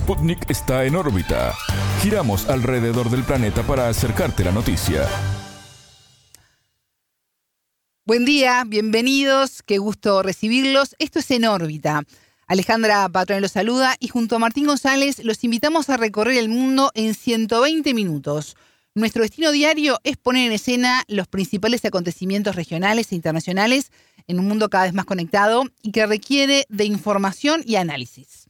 Sputnik está en órbita. Giramos alrededor del planeta para acercarte la noticia. Buen día, bienvenidos, qué gusto recibirlos. Esto es En órbita. Alejandra Patrone los saluda y junto a Martín González los invitamos a recorrer el mundo en 120 minutos. Nuestro destino diario es poner en escena los principales acontecimientos regionales e internacionales en un mundo cada vez más conectado y que requiere de información y análisis.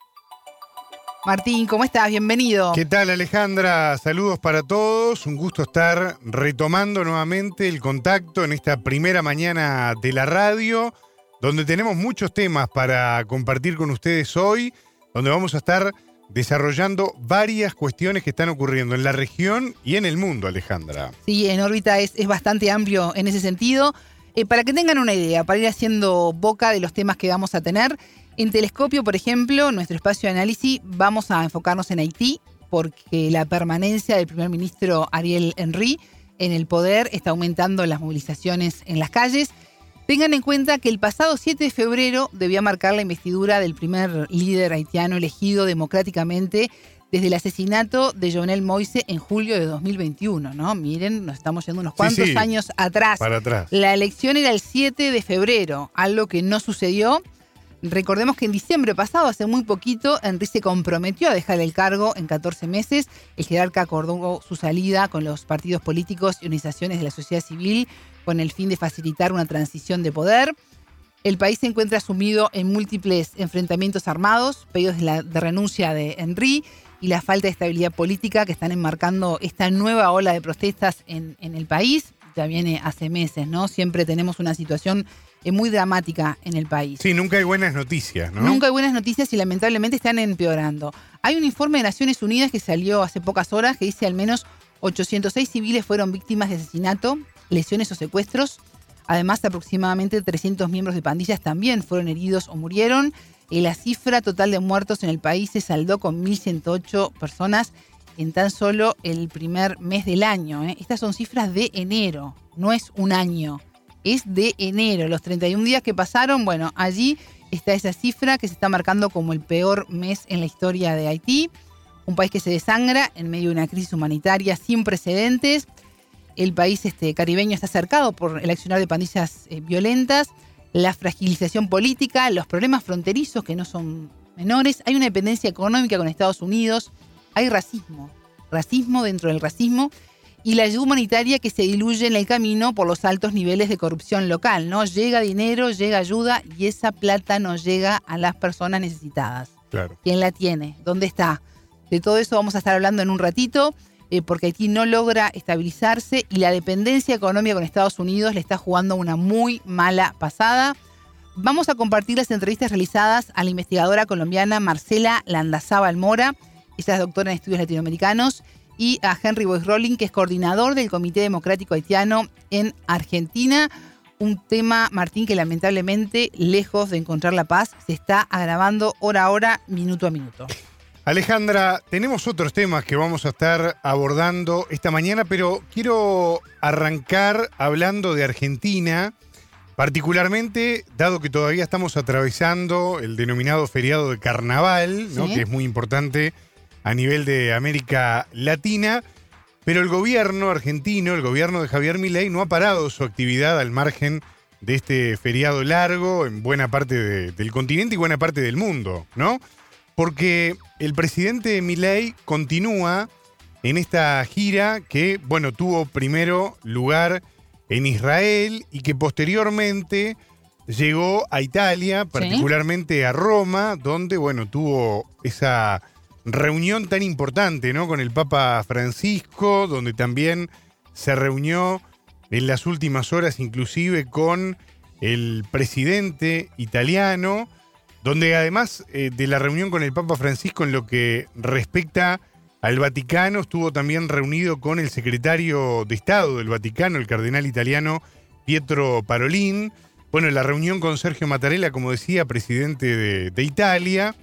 Martín, ¿cómo estás? Bienvenido. ¿Qué tal, Alejandra? Saludos para todos. Un gusto estar retomando nuevamente el contacto en esta primera mañana de la radio, donde tenemos muchos temas para compartir con ustedes hoy, donde vamos a estar desarrollando varias cuestiones que están ocurriendo en la región y en el mundo, Alejandra. Sí, En órbita es bastante amplio en ese sentido. Para que tengan una idea, para ir haciendo boca de los temas que vamos a tener, en Telescopio, por ejemplo, nuestro espacio de análisis, vamos a enfocarnos en Haití, porque la permanencia del primer ministro Ariel Henry en el poder está aumentando las movilizaciones en las calles. Tengan en cuenta que el pasado 7 de febrero debía marcar la investidura del primer líder haitiano elegido democráticamente desde el asesinato de Jovenel Moïse en julio de 2021, ¿no? Miren, nos estamos yendo unos cuantos años atrás. Para atrás. La elección era el 7 de febrero, algo que no sucedió. Recordemos que en diciembre pasado, hace muy poquito, Henry se comprometió a dejar el cargo en 14 meses. El jerarca acordó su salida con los partidos políticos y organizaciones de la sociedad civil con el fin de facilitar una transición de poder. El país se encuentra sumido en múltiples enfrentamientos armados, pedidos de renuncia de Henry y la falta de estabilidad política que están enmarcando esta nueva ola de protestas en el país. Ya viene hace meses, ¿no? Siempre tenemos una situación muy dramática en el país. Sí, nunca hay buenas noticias, ¿no? Nunca hay buenas noticias y lamentablemente están empeorando. Hay un informe de Naciones Unidas que salió hace pocas horas que dice al menos 806 civiles fueron víctimas de asesinato, lesiones o secuestros. Además, aproximadamente 300 miembros de pandillas también fueron heridos o murieron. La cifra total de muertos en el país se saldó con 1.108 personas en tan solo el primer mes del año. Estas son cifras de enero, no es un año, es de enero. Los 31 días que pasaron, bueno, allí está esa cifra que se está marcando como el peor mes en la historia de Haití. Un país que se desangra en medio de una crisis humanitaria sin precedentes. El país caribeño está cercado por el accionar de pandillas violentas, la fragilización política, los problemas fronterizos que no son menores. Hay una dependencia económica con Estados Unidos. Hay racismo dentro del racismo y la ayuda humanitaria que se diluye en el camino por los altos niveles de corrupción local, ¿no? Llega dinero, llega ayuda y esa plata no llega a las personas necesitadas. Claro. ¿Quién la tiene? ¿Dónde está? De todo eso vamos a estar hablando en un ratito, porque Haití no logra estabilizarse y la dependencia económica con Estados Unidos le está jugando una muy mala pasada. Vamos a compartir las entrevistas realizadas a la investigadora colombiana Marcela Landazábal Mora. Ella es doctora en estudios latinoamericanos, y a Henry Boyce Rolling, que es coordinador del Comité Democrático Haitiano en Argentina. Un tema, Martín, que lamentablemente, lejos de encontrar la paz, se está agravando hora a hora, minuto a minuto. Alejandra, tenemos otros temas que vamos a estar abordando esta mañana, pero quiero arrancar hablando de Argentina, particularmente, dado que todavía estamos atravesando el denominado feriado de Carnaval, ¿no? Sí. Que es muy importante a nivel de América Latina, pero el gobierno argentino, el gobierno de Javier Milei, no ha parado su actividad al margen de este feriado largo en buena parte del continente y buena parte del mundo, ¿no? Porque el presidente Milei continúa en esta gira que, bueno, tuvo primero lugar en Israel y que posteriormente llegó a Italia, particularmente a Roma, donde, bueno, tuvo esa reunión tan importante, ¿no? Con el Papa Francisco, donde también se reunió en las últimas horas inclusive con el presidente italiano, donde además de la reunión con el Papa Francisco en lo que respecta al Vaticano, estuvo también reunido con el secretario de Estado del Vaticano, el cardenal italiano Pietro Parolin. Bueno, la reunión con Sergio Mattarella, como decía, presidente de Italia,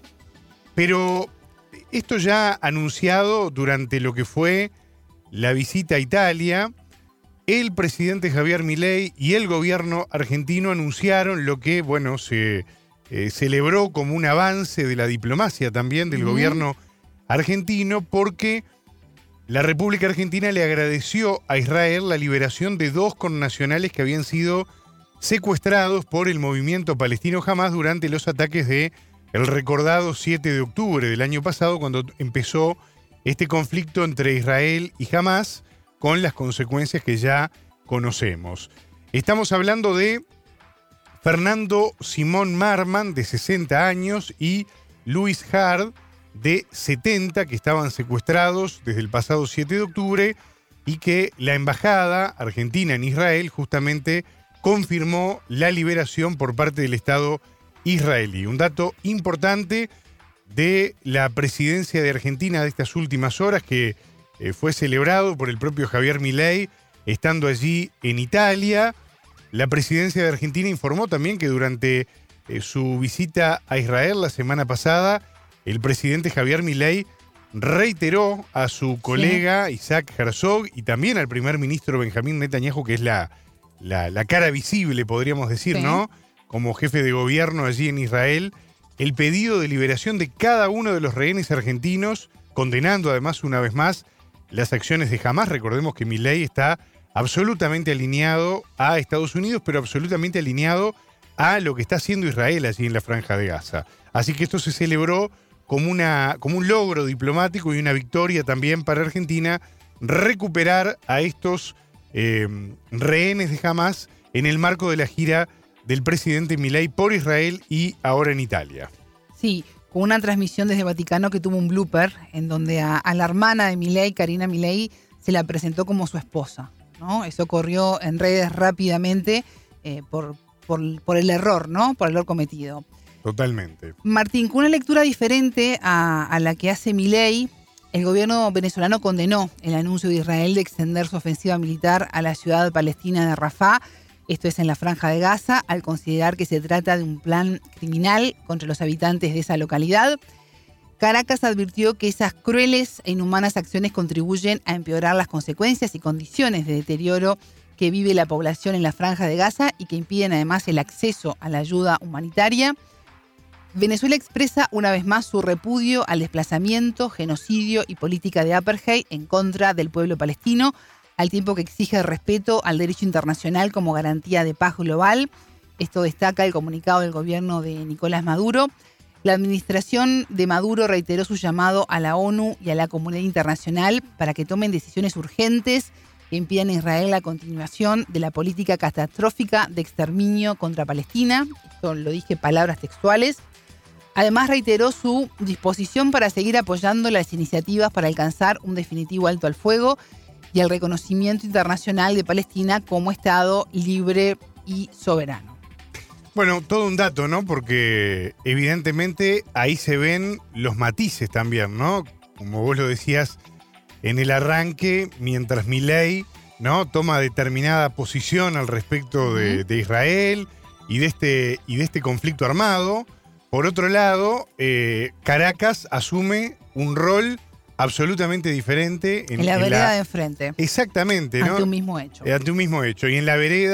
pero esto ya anunciado durante lo que fue la visita a Italia, el presidente Javier Milei y el gobierno argentino anunciaron lo que, bueno, se celebró como un avance de la diplomacia también del gobierno argentino, porque la República Argentina le agradeció a Israel la liberación de 2 connacionales que habían sido secuestrados por el movimiento palestino Hamás durante los ataques del recordado 7 de octubre del año pasado, cuando empezó este conflicto entre Israel y Hamás, con las consecuencias que ya conocemos. Estamos hablando de Fernando Simón Marman, de 60 años, y Luis Hard, de 70, que estaban secuestrados desde el pasado 7 de octubre y que la embajada argentina en Israel justamente confirmó la liberación por parte del Estado israelí. Un dato importante de la presidencia de Argentina de estas últimas horas, que fue celebrado por el propio Javier Milei estando allí en Italia. La presidencia de Argentina informó también que durante su visita a Israel la semana pasada, el presidente Javier Milei reiteró a su colega Isaac Herzog y también al primer ministro Benjamín Netanyahu, que es la cara visible, podríamos decir, ¿no? Como jefe de gobierno allí en Israel, el pedido de liberación de cada uno de los rehenes argentinos, condenando además una vez más las acciones de Hamás. Recordemos que Milei está absolutamente alineado a Estados Unidos, pero absolutamente alineado a lo que está haciendo Israel allí en la Franja de Gaza. Así que esto se celebró como un logro diplomático y una victoria también para Argentina, recuperar a estos rehenes de Hamás en el marco de la gira del presidente Milei por Israel y ahora en Italia. Sí, con una transmisión desde Vaticano que tuvo un blooper en donde a la hermana de Milei, Karina Milei, se la presentó como su esposa, ¿no? Eso corrió en redes rápidamente por el error, ¿no? Por el error cometido. Totalmente. Martín, con una lectura diferente a la que hace Milei, el gobierno venezolano condenó el anuncio de Israel de extender su ofensiva militar a la ciudad palestina de Rafah, esto es en la Franja de Gaza, al considerar que se trata de un plan criminal contra los habitantes de esa localidad. Caracas advirtió que esas crueles e inhumanas acciones contribuyen a empeorar las consecuencias y condiciones de deterioro que vive la población en la Franja de Gaza y que impiden además el acceso a la ayuda humanitaria. Venezuela expresa una vez más su repudio al desplazamiento, genocidio y política de apartheid en contra del pueblo palestino, al tiempo que exige respeto al derecho internacional como garantía de paz global. Esto destaca el comunicado del gobierno de Nicolás Maduro. La administración de Maduro reiteró su llamado a la ONU y a la comunidad internacional para que tomen decisiones urgentes que impidan a Israel la continuación de la política catastrófica de exterminio contra Palestina. Esto lo dije palabras textuales. Además, reiteró su disposición para seguir apoyando las iniciativas para alcanzar un definitivo alto al fuego y el reconocimiento internacional de Palestina como Estado libre y soberano. Bueno, todo un dato, ¿no? Porque evidentemente ahí se ven los matices también, ¿no? Como vos lo decías en el arranque, mientras Milei, ¿no?, toma determinada posición al respecto de Israel y de este conflicto armado. Por otro lado, Caracas asume un rol absolutamente diferente. En la vereda de enfrente. Exactamente, ¿no? Ante un mismo hecho. Ante un mismo hecho. Y en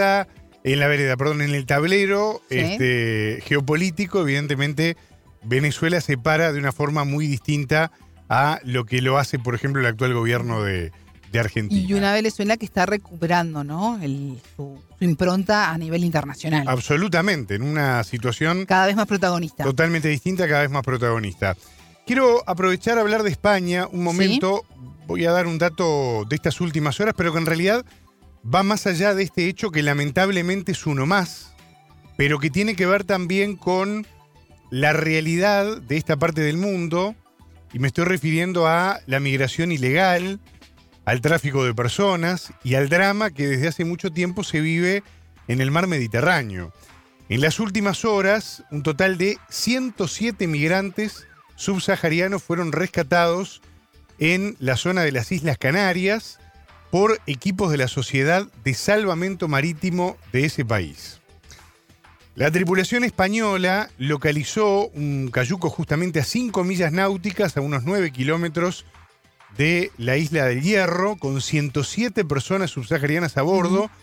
el tablero geopolítico, evidentemente, Venezuela se para de una forma muy distinta a lo que lo hace, por ejemplo, el actual gobierno de Argentina. Y una Venezuela que está recuperando, ¿no?, su impronta a nivel internacional. Absolutamente, en una situación cada vez más protagonista. Totalmente distinta, cada vez más protagonista. Quiero aprovechar a hablar de España un momento. ¿Sí? Voy a dar un dato de estas últimas horas, pero que en realidad va más allá de este hecho que lamentablemente es uno más, pero que tiene que ver también con la realidad de esta parte del mundo, y me estoy refiriendo a la migración ilegal, al tráfico de personas y al drama que desde hace mucho tiempo se vive en el mar Mediterráneo. En las últimas horas, un total de 107 migrantes subsaharianos fueron rescatados en la zona de las Islas Canarias por equipos de la Sociedad de Salvamento Marítimo de ese país. La tripulación española localizó un cayuco justamente a 5 millas náuticas, a unos 9 kilómetros de la isla del Hierro, con 107 personas subsaharianas a bordo,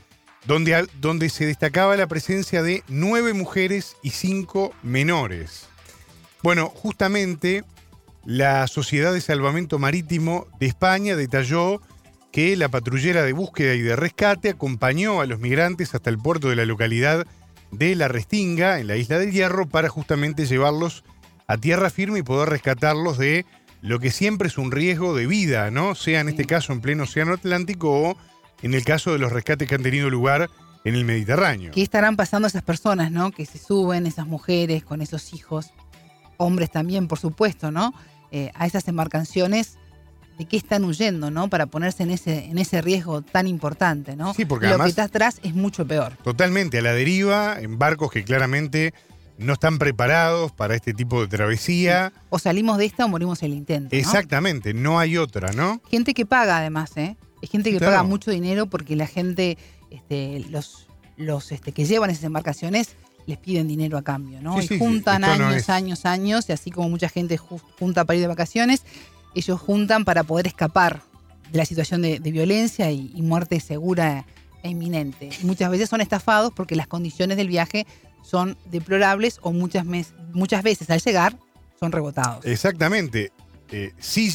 donde se destacaba la presencia de 9 mujeres y 5 menores. Bueno, justamente la Sociedad de Salvamento Marítimo de España detalló que la patrullera de búsqueda y de rescate acompañó a los migrantes hasta el puerto de la localidad de La Restinga, en la Isla del Hierro, para justamente llevarlos a tierra firme y poder rescatarlos de lo que siempre es un riesgo de vida, ¿no? Sea en este caso en pleno Océano Atlántico o en el caso de los rescates que han tenido lugar en el Mediterráneo. ¿Qué estarán pasando esas personas, ¿no? Que se suben, esas mujeres con esos hijos, hombres también, por supuesto, ¿no? A esas embarcaciones, ¿de qué están huyendo, ¿no? Para ponerse en ese riesgo tan importante, ¿no? Sí, porque lo además, que está atrás es mucho peor. Totalmente, a la deriva, en barcos que claramente no están preparados para este tipo de travesía. O salimos de esta o morimos en el intento, ¿no? Exactamente, no hay otra, ¿no? Gente que paga además, ¿eh? Es gente que Claro. paga mucho dinero porque la gente, los que llevan esas embarcaciones les piden dinero a cambio, ¿no? Sí, Y juntan esto no años, es- años, y así como mucha gente junta para ir de vacaciones, ellos juntan para poder escapar de la situación de violencia y muerte segura e inminente. Y muchas veces son estafados porque las condiciones del viaje son deplorables o muchas veces al llegar son rebotados. Exactamente. Si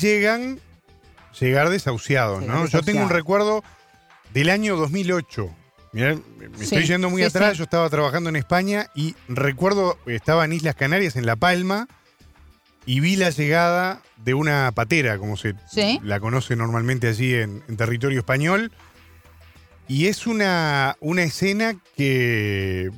llegar desahuciados, Llegar ¿no? Yo tengo un desahuciados. recuerdo del año 2008. Mirá, me estoy yendo muy atrás. sí. Yo estaba trabajando en España y recuerdo, estaba en Islas Canarias, en La Palma, y vi la llegada de una patera, como se Sí. la conoce normalmente allí en territorio español. Y es una escena que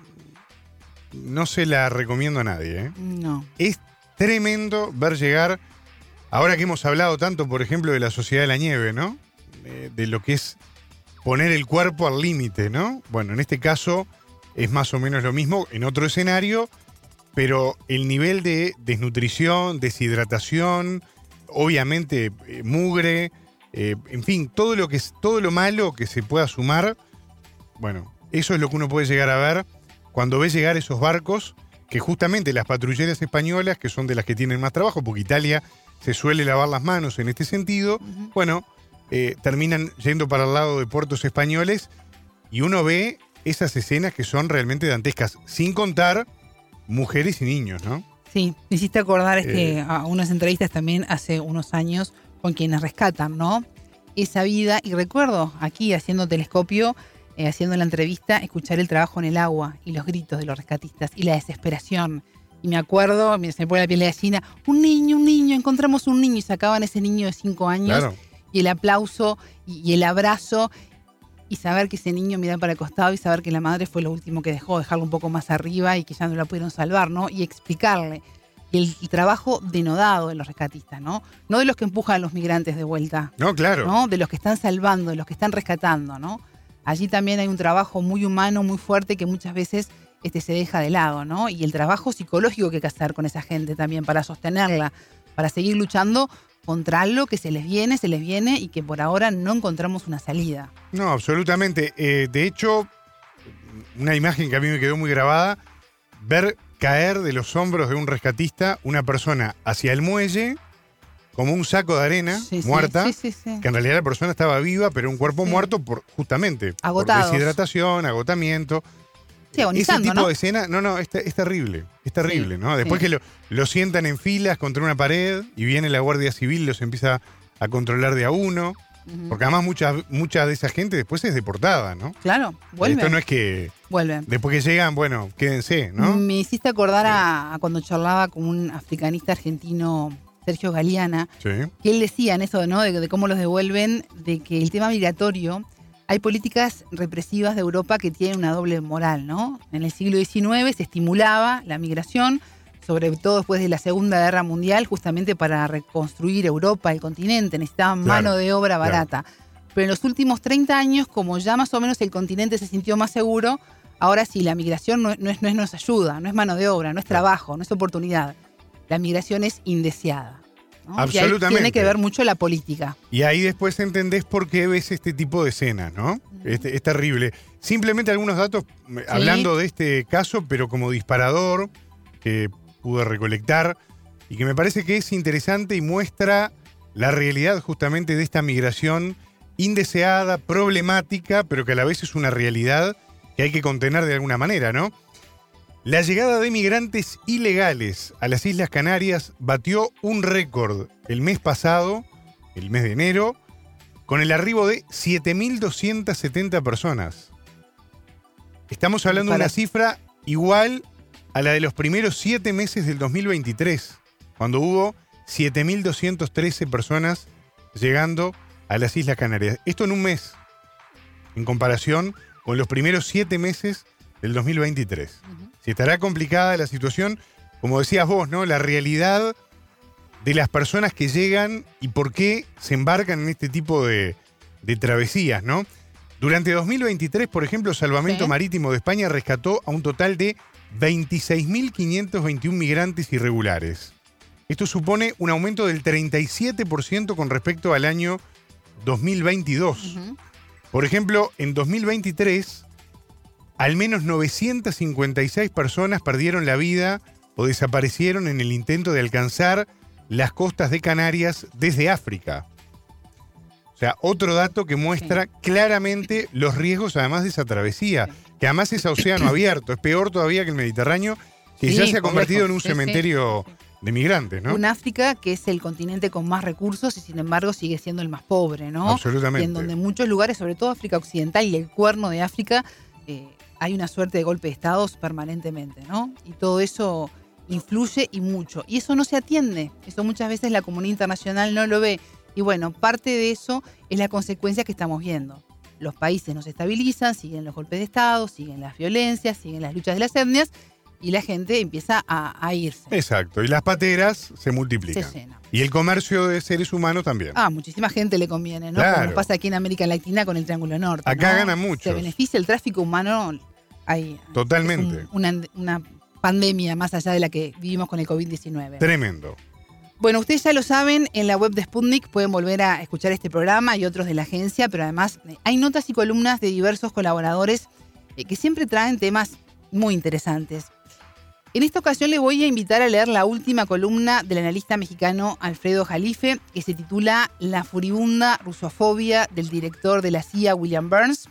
no se la recomiendo a nadie, ¿eh? No. Es tremendo ver llegar, ahora que hemos hablado tanto, por ejemplo, de la Sociedad de la Nieve, ¿no? De lo que es poner el cuerpo al límite, ¿no? Bueno, en este caso es más o menos lo mismo, en otro escenario, pero el nivel de desnutrición, deshidratación, obviamente mugre, en fin, todo lo malo que se pueda sumar, bueno, eso es lo que uno puede llegar a ver cuando ve llegar esos barcos, que justamente las patrulleras españolas, que son de las que tienen más trabajo, porque Italia se suele lavar las manos en este sentido, bueno, terminan yendo para el lado de puertos españoles y uno ve esas escenas que son realmente dantescas, sin contar mujeres y niños, ¿no? Sí, me hiciste acordar a unas entrevistas también hace unos años con quienes rescatan, ¿no? Esa vida, y recuerdo aquí haciendo telescopio, haciendo la entrevista, escuchar el trabajo en el agua y los gritos de los rescatistas y la desesperación. Y me acuerdo, se me pone la piel de gallina, un niño, encontramos un niño, y sacaban ese niño de 5 años, Claro. y el aplauso y el abrazo, y saber que ese niño mira para el costado y saber que la madre fue lo último que dejarlo un poco más arriba y que ya no la pudieron salvar, ¿no? Y explicarle. Y el trabajo denodado de los rescatistas, ¿no? No de los que empujan a los migrantes de vuelta, No, claro. ¿no? De los que están salvando, de los que están rescatando, ¿no? Allí también hay un trabajo muy humano, muy fuerte, que muchas veces se deja de lado, ¿no? Y el trabajo psicológico que hay que hacer con esa gente también para sostenerla, para seguir luchando contra algo que se les viene y que por ahora no encontramos una salida. No, absolutamente. De hecho, una imagen que a mí me quedó muy grabada, ver caer de los hombros de un rescatista una persona hacia el muelle como un saco de arena Sí, sí, muerta, sí. que en realidad la persona estaba viva, pero un cuerpo Sí. muerto justamente Agotados. por deshidratación, agotamiento. Sí, Ese agonizando, tipo ¿no? de escena, es terrible, Sí, ¿no? Después sí. que lo sientan en filas contra una pared y viene la Guardia Civil y los empieza a controlar de a uno, Ujú. porque además mucha de esa gente después es deportada, ¿no? Claro, vuelven. Esto no es que Vuelven. después que llegan, bueno, quédense, ¿no? Me hiciste acordar a cuando charlaba con un africanista argentino, Sergio Galeana, Sí. que él decía en eso, ¿no? De cómo los devuelven, de que el tema migratorio, hay políticas represivas de Europa que tienen una doble moral, ¿no? En el siglo XIX se estimulaba la migración, sobre todo después de la Segunda Guerra Mundial, justamente para reconstruir Europa, el continente, necesitaban Claro, mano de obra claro. barata. Pero en los últimos 30 años, como ya más o menos el continente se sintió más seguro, ahora sí, la migración no es ayuda, no es mano de obra, no es trabajo, no es oportunidad. La migración es indeseada, ¿no? Y ahí Absolutamente. tiene que ver mucho la política. Y ahí después entendés por qué ves este tipo de escenas, ¿no? Es terrible. Simplemente algunos datos, hablando de este caso, pero como disparador, que pude recolectar, y que me parece que es interesante y muestra la realidad justamente de esta migración indeseada, problemática, pero que a la vez es una realidad que hay que contener de alguna manera, ¿no? La llegada de migrantes ilegales a las Islas Canarias batió un récord el mes pasado, el mes de enero, con el arribo de 7.270 personas. Estamos hablando de una cifra igual a la de los primeros 7 meses del 2023, cuando hubo 7.213 personas llegando a las Islas Canarias. Esto en un mes, en comparación con los primeros 7 meses del 2023. Si estará complicada la situación, como decías vos, ¿no? La realidad de las personas que llegan y por qué se embarcan en este tipo de travesías, ¿no? Durante 2023, por ejemplo, Salvamento Marítimo de España rescató a un total de 26.521 migrantes irregulares. Esto supone un aumento del 37% con respecto al año 2022. Por ejemplo, en 2023, al menos 956 personas perdieron la vida o desaparecieron en el intento de alcanzar las costas de Canarias desde África. O sea, otro dato que muestra claramente los riesgos además de esa travesía, que además es a océano abierto, es peor todavía que el Mediterráneo, que ya se ha convertido en un cementerio de migrantes, ¿no? Un África que es el continente con más recursos y sin embargo sigue siendo el más pobre, ¿no? Absolutamente. Y en donde en muchos lugares, sobre todo África Occidental y el Cuerno de África, hay una suerte de golpe de estados permanentemente, ¿no? Y todo eso influye y mucho. Y eso no se atiende. Eso muchas veces la comunidad internacional no lo ve. Y bueno, parte de eso es la consecuencia que estamos viendo. Los países no se estabilizan, siguen los golpes de estado, siguen las violencias, siguen las luchas de las etnias y la gente empieza a irse. Exacto, y las pateras se multiplican. Se llenan. Y el comercio de seres humanos también. Muchísima gente le conviene, ¿no? Claro. Como pasa aquí en América Latina con el Triángulo Norte. Acá ¿no? ganan muchos. Se beneficia el tráfico humano. Totalmente. Es una pandemia más allá de la que vivimos con el COVID-19. Tremendo. Bueno, ustedes ya lo saben, en la web de Sputnik pueden volver a escuchar este programa y otros de la agencia, pero además hay notas y columnas de diversos colaboradores que siempre traen temas muy interesantes. En esta ocasión le voy a invitar a leer la última columna del analista mexicano Alfredo Jalife, que se titula La furibunda rusofobia del director de la CIA, William Burns.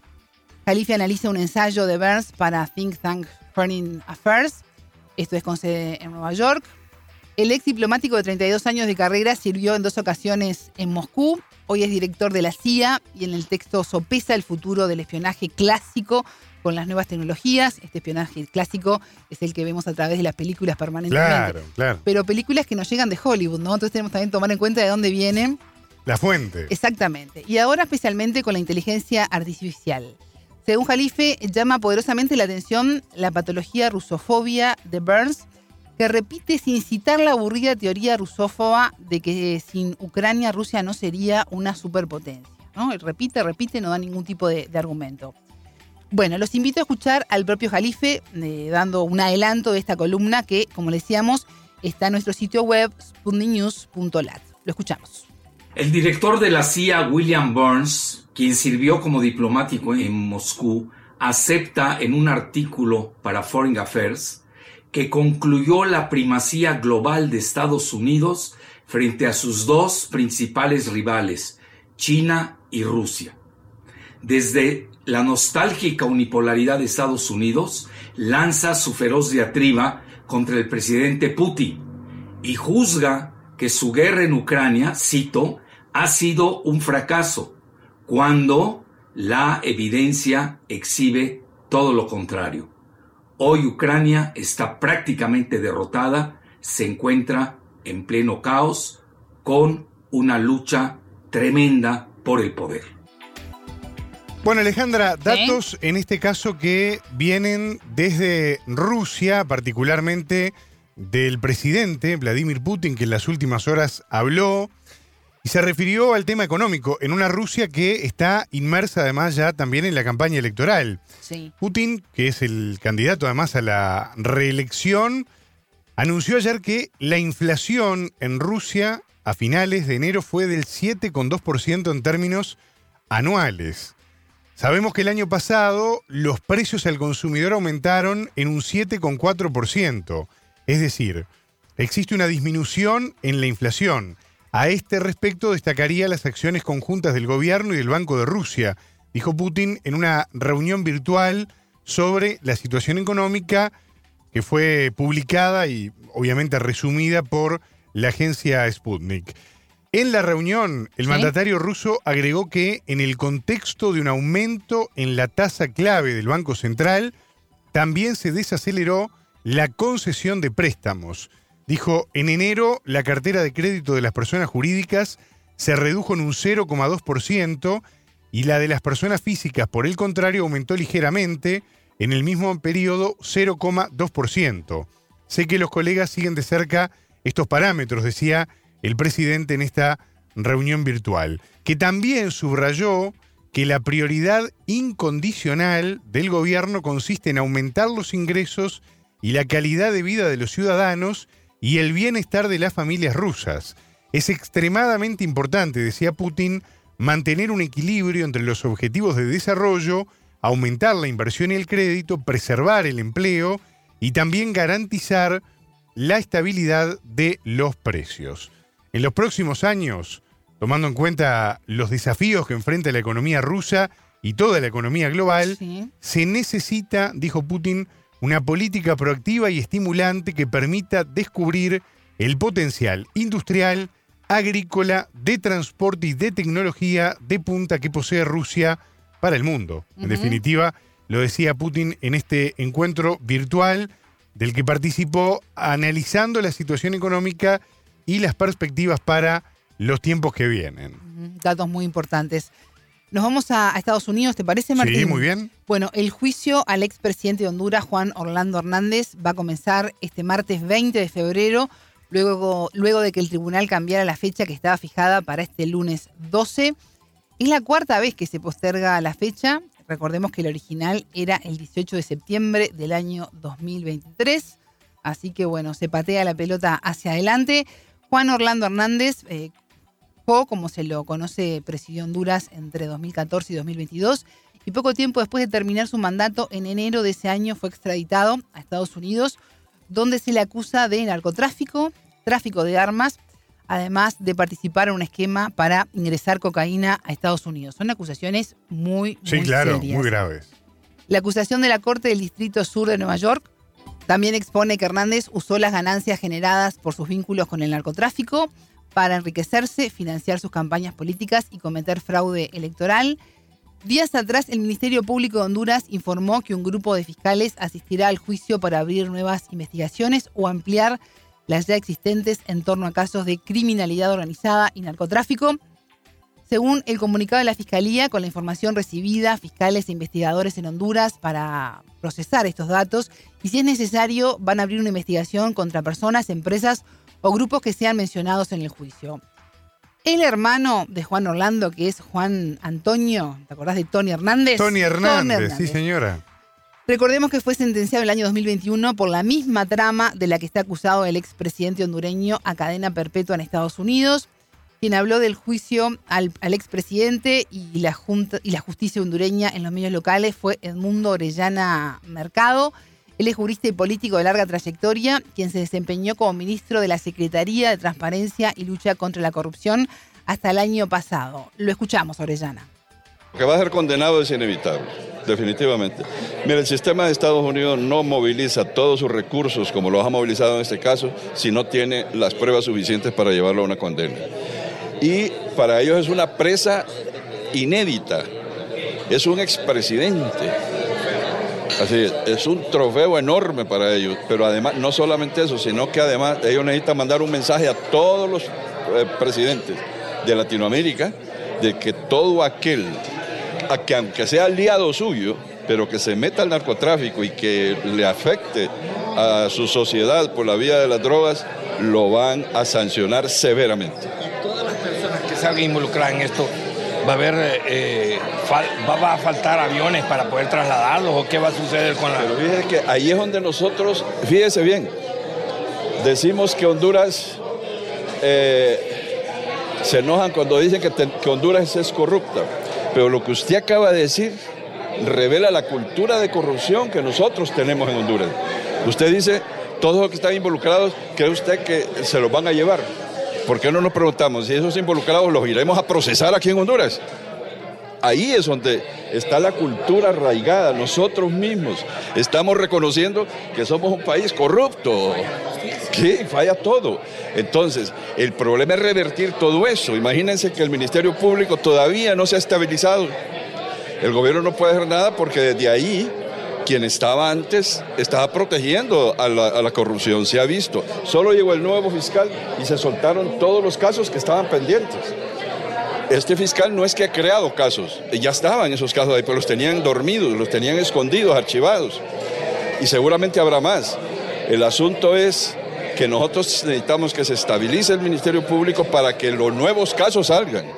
Jalife analiza un ensayo de Burns para Think Tank Foreign Affairs, esto es con sede en Nueva York. El ex diplomático de 32 años de carrera sirvió en 2 ocasiones en Moscú, hoy es director de la CIA y en el texto sopesa el futuro del espionaje clásico con las nuevas tecnologías. Este espionaje clásico es el que vemos a través de las películas permanentemente. Claro, claro. Pero películas que nos llegan de Hollywood, ¿no? Entonces tenemos también que tomar en cuenta de dónde vienen. La fuente. Exactamente. Y ahora especialmente con la inteligencia artificial. Según Jalife, llama poderosamente la atención la patología rusofobia de Burns, que repite sin citar la aburrida teoría rusófoba de que sin Ucrania Rusia no sería una superpotencia, ¿no? Y repite, no da ningún tipo de argumento. Bueno, los invito a escuchar al propio Jalife dando un adelanto de esta columna que, como le decíamos, está en nuestro sitio web sputniknews.lat. Lo escuchamos. El director de la CIA, William Burns, quien sirvió como diplomático en Moscú, acepta en un artículo para Foreign Affairs que concluyó la primacía global de Estados Unidos frente a sus 2 principales rivales, China y Rusia. Desde la nostálgica unipolaridad de Estados Unidos, lanza su feroz diatriba contra el presidente Putin y juzga que su guerra en Ucrania, cito, ha sido un fracaso, cuando la evidencia exhibe todo lo contrario. Hoy Ucrania está prácticamente derrotada, se encuentra en pleno caos, con una lucha tremenda por el poder. Bueno, Alejandra, datos en este caso que vienen desde Rusia, particularmente del presidente Vladimir Putin, que en las últimas horas habló y se refirió al tema económico, en una Rusia que está inmersa además ya también en la campaña electoral. Sí. Putin, que es el candidato además a la reelección, anunció ayer que la inflación en Rusia a finales de enero fue del 7,2% en términos anuales. Sabemos que el año pasado los precios al consumidor aumentaron en un 7,4%. Es decir, existe una disminución en la inflación. A este respecto destacaría las acciones conjuntas del gobierno y del Banco de Rusia, dijo Putin en una reunión virtual sobre la situación económica que fue publicada y obviamente resumida por la agencia Sputnik. En la reunión, el mandatario ruso agregó que en el contexto de un aumento en la tasa clave del Banco Central, también se desaceleró la concesión de préstamos. Dijo, en enero la cartera de crédito de las personas jurídicas se redujo en un 0,2% y la de las personas físicas, por el contrario, aumentó ligeramente, en el mismo periodo 0,2%. Sé que los colegas siguen de cerca estos parámetros, decía el presidente en esta reunión virtual, que también subrayó que la prioridad incondicional del gobierno consiste en aumentar los ingresos y la calidad de vida de los ciudadanos y el bienestar de las familias rusas. Es extremadamente importante, decía Putin, mantener un equilibrio entre los objetivos de desarrollo, aumentar la inversión y el crédito, preservar el empleo y también garantizar la estabilidad de los precios. En los próximos años, tomando en cuenta los desafíos que enfrenta la economía rusa y toda la economía global, se necesita, dijo Putin, una política proactiva y estimulante que permita descubrir el potencial industrial, agrícola, de transporte y de tecnología de punta que posee Rusia para el mundo. En definitiva, lo decía Putin en este encuentro virtual del que participó analizando la situación económica y las perspectivas para los tiempos que vienen. Datos muy importantes. Nos vamos a Estados Unidos, ¿te parece, Martín? Sí, muy bien. Bueno, el juicio al expresidente de Honduras, Juan Orlando Hernández, va a comenzar este martes 20 de febrero, luego de que el tribunal cambiara la fecha que estaba fijada para este lunes 12. Es la cuarta vez que se posterga la fecha. Recordemos que el original era el 18 de septiembre del año 2023. Así que, bueno, se patea la pelota hacia adelante. Juan Orlando Hernández, como se lo conoce, presidió Honduras entre 2014 y 2022 y poco tiempo después de terminar su mandato, en enero de ese año fue extraditado a Estados Unidos, donde se le acusa de narcotráfico, tráfico de armas, además de participar en un esquema para ingresar cocaína a Estados Unidos. Son acusaciones muy serias. Muy graves. La acusación de la Corte del Distrito Sur de Nueva York también expone que Hernández usó las ganancias generadas por sus vínculos con el narcotráfico para enriquecerse, financiar sus campañas políticas y cometer fraude electoral. Días atrás, el Ministerio Público de Honduras informó que un grupo de fiscales asistirá al juicio para abrir nuevas investigaciones o ampliar las ya existentes en torno a casos de criminalidad organizada y narcotráfico. Según el comunicado de la Fiscalía, con la información recibida, fiscales e investigadores en Honduras para procesar estos datos y, si es necesario, van a abrir una investigación contra personas, empresas o grupos que sean mencionados en el juicio. El hermano de Juan Orlando, que es Juan Antonio, ¿te acordás de Tony Hernández? Tony Hernández, sí señora. Recordemos que fue sentenciado en el año 2021 por la misma trama de la que está acusado el expresidente hondureño a cadena perpetua en Estados Unidos. Quien habló del juicio al expresidente y la justicia hondureña en los medios locales fue Edmundo Orellana Mercado. Él es jurista y político de larga trayectoria, quien se desempeñó como ministro de la Secretaría de Transparencia y Lucha contra la Corrupción hasta el año pasado. Lo escuchamos, Orellana. Lo que va a ser condenado es inevitable, definitivamente. Mira, el sistema de Estados Unidos no moviliza todos sus recursos, como los ha movilizado en este caso, si no tiene las pruebas suficientes para llevarlo a una condena. Y para ellos es una presa inédita, es un expresidente. Así es un trofeo enorme para ellos, pero además no solamente eso, sino que además ellos necesitan mandar un mensaje a todos los presidentes de Latinoamérica de que todo aquel, que aunque sea aliado suyo, pero que se meta al narcotráfico y que le afecte a su sociedad por la vía de las drogas, lo van a sancionar severamente. Y todas las personas que salgan involucradas en esto, ¿va a haber, va a faltar aviones para poder trasladarlos o qué va a suceder con la...? Pero fíjese que ahí es donde nosotros, fíjese bien, decimos que Honduras, se enojan cuando dicen que Honduras es corrupta, pero lo que usted acaba de decir revela la cultura de corrupción que nosotros tenemos en Honduras. Usted dice, todos los que están involucrados, ¿cree usted que se los van a llevar? ¿Por qué no nos preguntamos si esos involucrados los iremos a procesar aquí en Honduras? Ahí es donde está la cultura arraigada. Nosotros mismos estamos reconociendo que somos un país corrupto, que falla todo. Entonces, el problema es revertir todo eso. Imagínense que el Ministerio Público todavía no se ha estabilizado. El gobierno no puede hacer nada porque desde ahí, quien estaba antes estaba protegiendo a la corrupción, se ha visto. Solo llegó el nuevo fiscal y se soltaron todos los casos que estaban pendientes. Este fiscal no es que ha creado casos, ya estaban esos casos ahí, pero los tenían dormidos, los tenían escondidos, archivados. Y seguramente habrá más. El asunto es que nosotros necesitamos que se estabilice el Ministerio Público para que los nuevos casos salgan.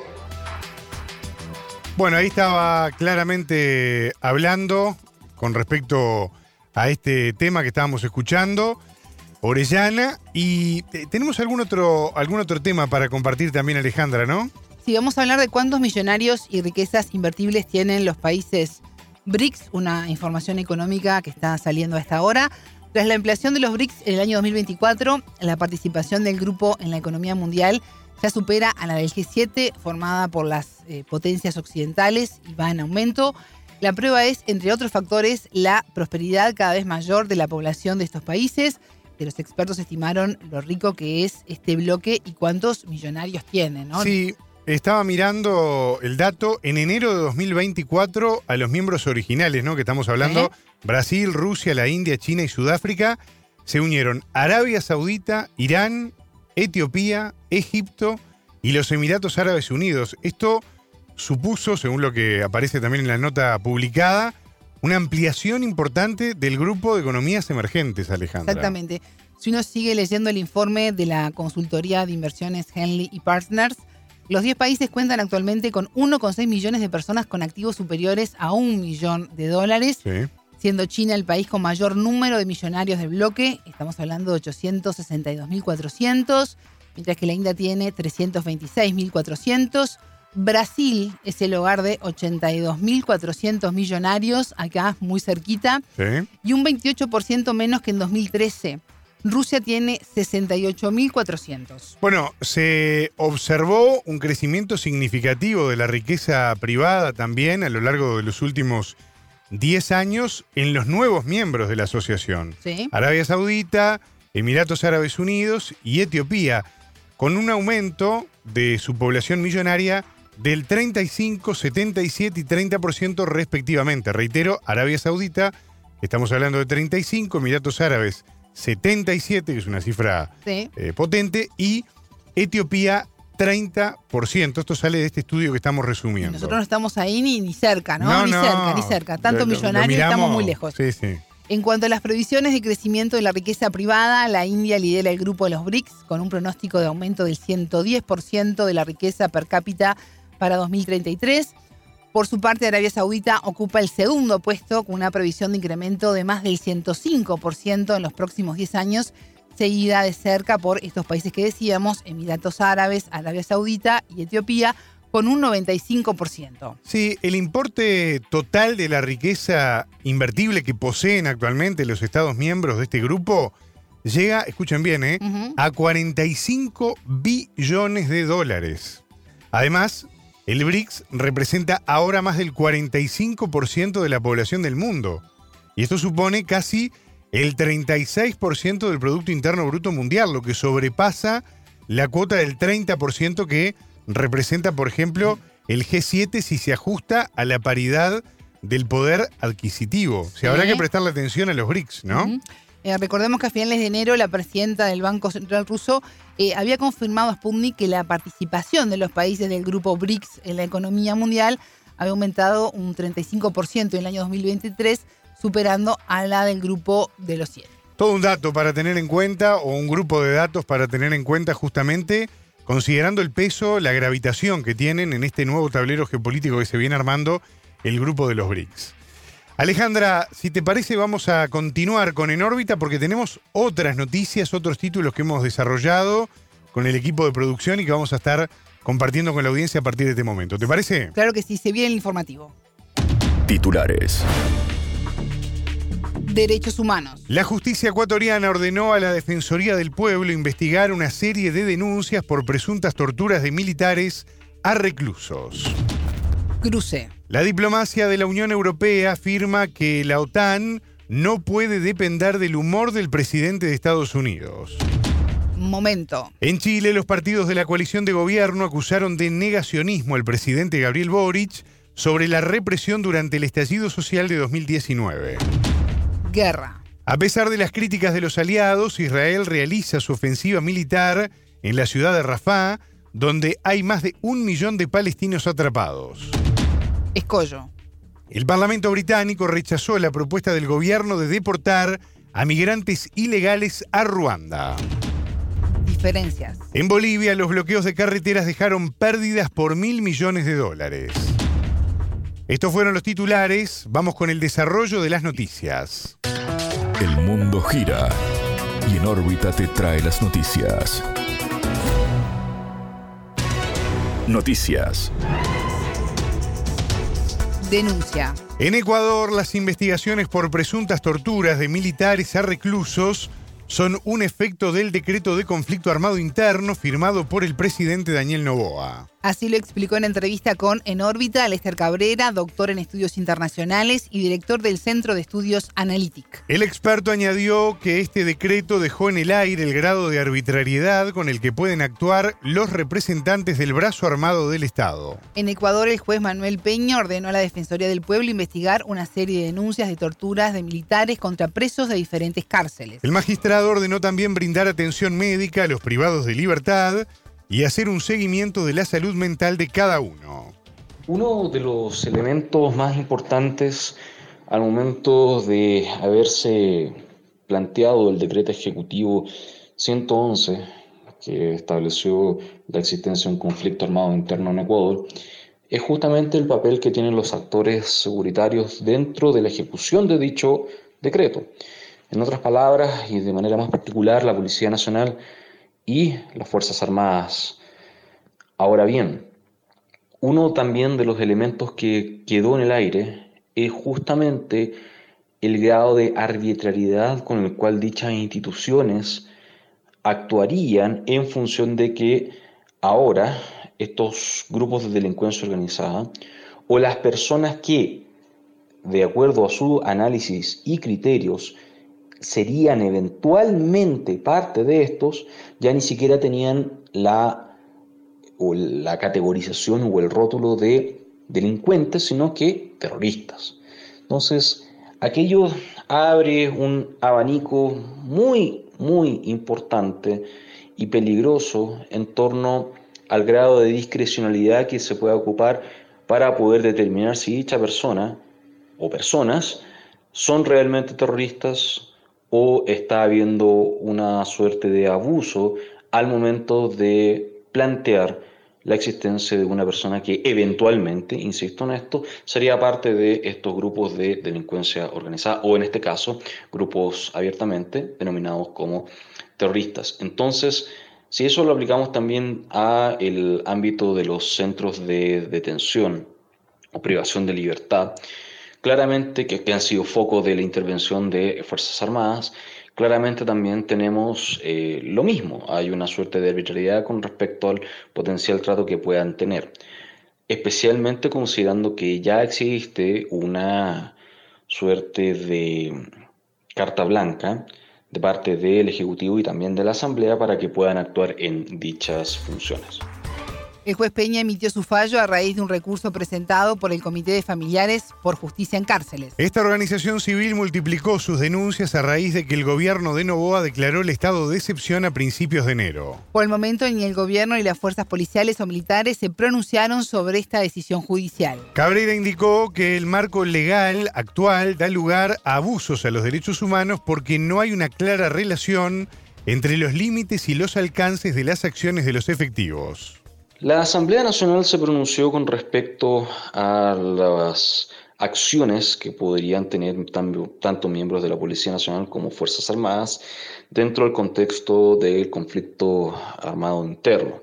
Bueno, ahí estaba claramente hablando con respecto a este tema que estábamos escuchando, Orellana, y tenemos algún otro tema para compartir también, Alejandra, ¿no? Sí, vamos a hablar de cuántos millonarios y riquezas invertibles tienen los países BRICS, una información económica que está saliendo a esta hora. Tras la ampliación de los BRICS en el año 2024, la participación del grupo en la economía mundial ya supera a la del G7, formada por las potencias occidentales, y va en aumento. La prueba es, entre otros factores, la prosperidad cada vez mayor de la población de estos países. Que los expertos estimaron lo rico que es este bloque y cuántos millonarios tiene, ¿no? Sí, estaba mirando el dato. En enero de 2024, a los miembros originales, ¿no?, que estamos hablando, Brasil, Rusia, la India, China y Sudáfrica, se unieron Arabia Saudita, Irán, Etiopía, Egipto y los Emiratos Árabes Unidos. Esto supuso, según lo que aparece también en la nota publicada, una ampliación importante del grupo de economías emergentes, Alejandra. Exactamente. Si uno sigue leyendo el informe de la consultoría de inversiones Henley y Partners, los 10 países cuentan actualmente con 1,6 millones de personas con activos superiores a $1 millón, sí, siendo China el país con mayor número de millonarios del bloque. Estamos hablando de 862.400, mientras que la India tiene 326.400. Brasil es el hogar de 82.400 millonarios, acá muy cerquita, sí, y un 28% menos que en 2013. Rusia tiene 68.400. Bueno, se observó un crecimiento significativo de la riqueza privada también a lo largo de los últimos 10 años en los nuevos miembros de la asociación. Sí. Arabia Saudita, Emiratos Árabes Unidos y Etiopía, con un aumento de su población millonaria del 35, 77 y 30% respectivamente. Reitero, Arabia Saudita, estamos hablando de 35, Emiratos Árabes 77, que es una cifra potente, y Etiopía 30%. Esto sale de este estudio que estamos resumiendo. Nosotros no estamos ahí ni cerca, ¿no? No, ni no. cerca, ni cerca. Tanto millonario, miramos, estamos muy lejos. Sí, sí. En cuanto a las previsiones de crecimiento de la riqueza privada, la India lidera el grupo de los BRICS con un pronóstico de aumento del 110% de la riqueza per cápita para 2033. Por su parte, Arabia Saudita ocupa el segundo puesto con una previsión de incremento de más del 105% en los próximos 10 años, seguida de cerca por estos países que decíamos, Emiratos Árabes, Arabia Saudita y Etiopía, con un 95%. Sí, el importe total de la riqueza invertible que poseen actualmente los Estados miembros de este grupo llega, escuchen bien, a 45 billones de dólares. Además, el BRICS representa ahora más del 45% de la población del mundo. Y esto supone casi el 36% del Producto Interno Bruto Mundial, lo que sobrepasa la cuota del 30% que representa, por ejemplo, el G7 si se ajusta a la paridad del poder adquisitivo. O sea, habrá que prestarle atención a los BRICS, ¿no? Recordemos que a finales de enero la presidenta del Banco Central ruso había confirmado a Sputnik que la participación de los países del grupo BRICS en la economía mundial había aumentado un 35% en el año 2023, superando a la del grupo de los 100. Todo un dato para tener en cuenta, o un grupo de datos para tener en cuenta justamente, considerando el peso, la gravitación que tienen en este nuevo tablero geopolítico que se viene armando el grupo de los BRICS. Alejandra, si te parece, vamos a continuar con En órbita porque tenemos otras noticias, otros títulos que hemos desarrollado con el equipo de producción y que vamos a estar compartiendo con la audiencia a partir de este momento. ¿Te parece? Claro que sí, se viene el informativo. Titulares. Derechos humanos. La justicia ecuatoriana ordenó a la Defensoría del Pueblo investigar una serie de denuncias por presuntas torturas de militares a reclusos. Cruce. La diplomacia de la Unión Europea afirma que la OTAN no puede depender del humor del presidente de Estados Unidos. Momento. En Chile, los partidos de la coalición de gobierno acusaron de negacionismo al presidente Gabriel Boric sobre la represión durante el estallido social de 2019. Guerra. A pesar de las críticas de los aliados, Israel realiza su ofensiva militar en la ciudad de Rafah, donde hay más de 1 millón de palestinos atrapados. Escollo. El Parlamento británico rechazó la propuesta del gobierno de deportar a migrantes ilegales a Ruanda. Diferencias. En Bolivia, los bloqueos de carreteras dejaron pérdidas por $1.000 millones. Estos fueron los titulares. Vamos con el desarrollo de las noticias. El mundo gira y en órbita te trae las noticias. Noticias. Denuncia. En Ecuador, las investigaciones por presuntas torturas de militares a reclusos son un efecto del decreto de conflicto armado interno firmado por el presidente Daniel Noboa. Así lo explicó en entrevista con En órbita Lester Cabrera, doctor en estudios internacionales y director del Centro de Estudios Analytic. El experto añadió que este decreto dejó en el aire el grado de arbitrariedad con el que pueden actuar los representantes del brazo armado del Estado. En Ecuador, el juez Manuel Peña ordenó a la Defensoría del Pueblo investigar una serie de denuncias de torturas de militares contra presos de diferentes cárceles. El magistrado ordenó también brindar atención médica a los privados de libertad y hacer un seguimiento de la salud mental de cada uno. Uno de los elementos más importantes al momento de haberse planteado el decreto ejecutivo 111, que estableció la existencia de un conflicto armado interno en Ecuador, es justamente el papel que tienen los actores seguritarios dentro de la ejecución de dicho decreto. En otras palabras, y de manera más particular, la Policía Nacional y las Fuerzas Armadas. Ahora bien, uno también de los elementos que quedó en el aire es justamente el grado de arbitrariedad con el cual dichas instituciones actuarían en función de que ahora estos grupos de delincuencia organizada o las personas que, de acuerdo a su análisis y criterios, serían eventualmente parte de estos, ya ni siquiera tenían la categorización o el rótulo de delincuentes, sino que terroristas. Entonces, aquello abre un abanico muy, muy importante y peligroso en torno al grado de discrecionalidad que se puede ocupar para poder determinar si dicha persona o personas son realmente terroristas o está habiendo una suerte de abuso al momento de plantear la existencia de una persona que eventualmente, insisto en esto, sería parte de estos grupos de delincuencia organizada o en este caso grupos abiertamente denominados como terroristas. Entonces, si eso lo aplicamos también al ámbito de los centros de detención o privación de libertad, claramente que han sido foco de la intervención de Fuerzas Armadas, claramente también tenemos lo mismo. Hay una suerte de arbitrariedad con respecto al potencial trato que puedan tener, especialmente considerando que ya existe una suerte de carta blanca de parte del Ejecutivo y también de la Asamblea para que puedan actuar en dichas funciones. El juez Peña emitió su fallo a raíz de un recurso presentado por el Comité de Familiares por Justicia en Cárceles. Esta organización civil multiplicó sus denuncias a raíz de que el gobierno de Noboa declaró el estado de excepción a principios de enero. Por el momento, ni el gobierno ni las fuerzas policiales o militares se pronunciaron sobre esta decisión judicial. Cabrera indicó que el marco legal actual da lugar a abusos a los derechos humanos porque no hay una clara relación entre los límites y los alcances de las acciones de los efectivos. La Asamblea Nacional se pronunció con respecto a las acciones que podrían tener tanto miembros de la Policía Nacional como Fuerzas Armadas dentro del contexto del conflicto armado interno.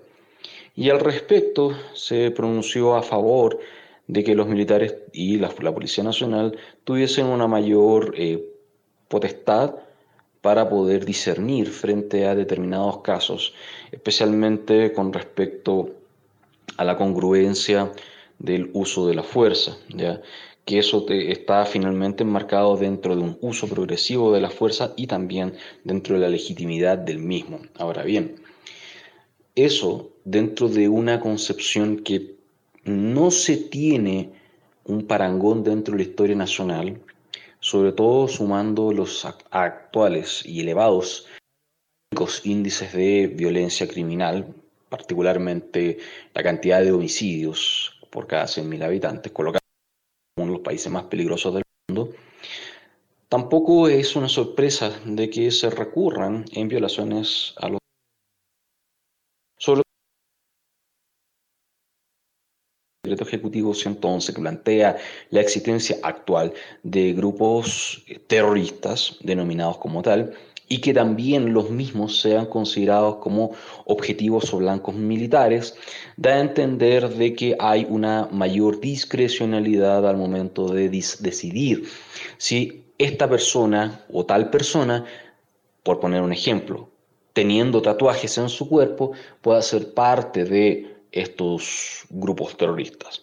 Y al respecto se pronunció a favor de que los militares y la Policía Nacional tuviesen una mayor potestad para poder discernir frente a determinados casos, especialmente con respecto a la congruencia del uso de la fuerza, ¿ya? Que eso está finalmente enmarcado dentro de un uso progresivo de la fuerza y también dentro de la legitimidad del mismo. Ahora bien, eso dentro de una concepción que no se tiene un parangón dentro de la historia nacional, sobre todo sumando los actuales y elevados índices de violencia criminal, particularmente la cantidad de homicidios por cada 100.000 habitantes, colocado en uno de los países más peligrosos del mundo. Tampoco es una sorpresa de que se recurran en violaciones a los decreto ejecutivo 111, que plantea la existencia actual de grupos terroristas denominados como tal, y que también los mismos sean considerados como objetivos o blancos militares, da a entender de que hay una mayor discrecionalidad al momento de decidir si esta persona o tal persona, por poner un ejemplo, teniendo tatuajes en su cuerpo, pueda ser parte de estos grupos terroristas.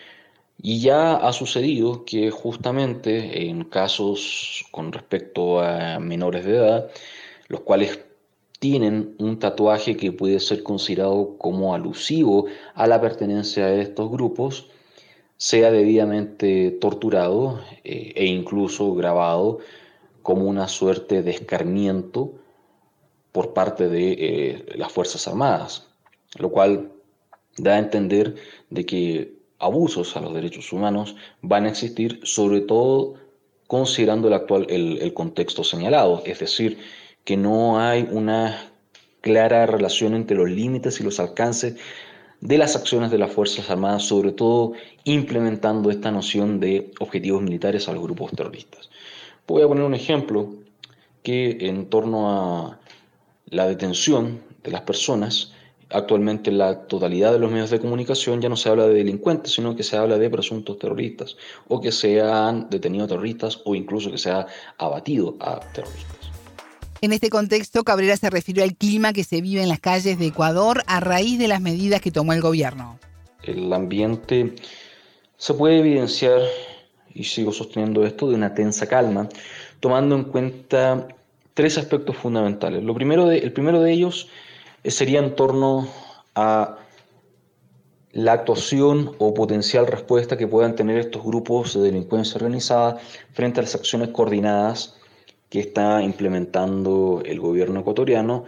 Y ya ha sucedido que justamente en casos con respecto a menores de edad, los cuales tienen un tatuaje que puede ser considerado como alusivo a la pertenencia a estos grupos, sea debidamente torturado e incluso grabado como una suerte de escarmiento por parte de las Fuerzas Armadas, lo cual da a entender de que abusos a los derechos humanos van a existir, sobre todo considerando el contexto señalado, es decir, que no hay una clara relación entre los límites y los alcances de las acciones de las Fuerzas Armadas, sobre todo implementando esta noción de objetivos militares a los grupos terroristas. Voy a poner un ejemplo que en torno a la detención de las personas, actualmente en la totalidad de los medios de comunicación ya no se habla de delincuentes, sino que se habla de presuntos terroristas, o que se han detenido terroristas, o incluso que se ha abatido a terroristas. En este contexto, Cabrera se refirió al clima que se vive en las calles de Ecuador a raíz de las medidas que tomó el gobierno. El ambiente se puede evidenciar, y sigo sosteniendo esto, de una tensa calma, tomando en cuenta tres aspectos fundamentales. El primero de ellos sería en torno a la actuación o potencial respuesta que puedan tener estos grupos de delincuencia organizada frente a las acciones coordinadas que está implementando el gobierno ecuatoriano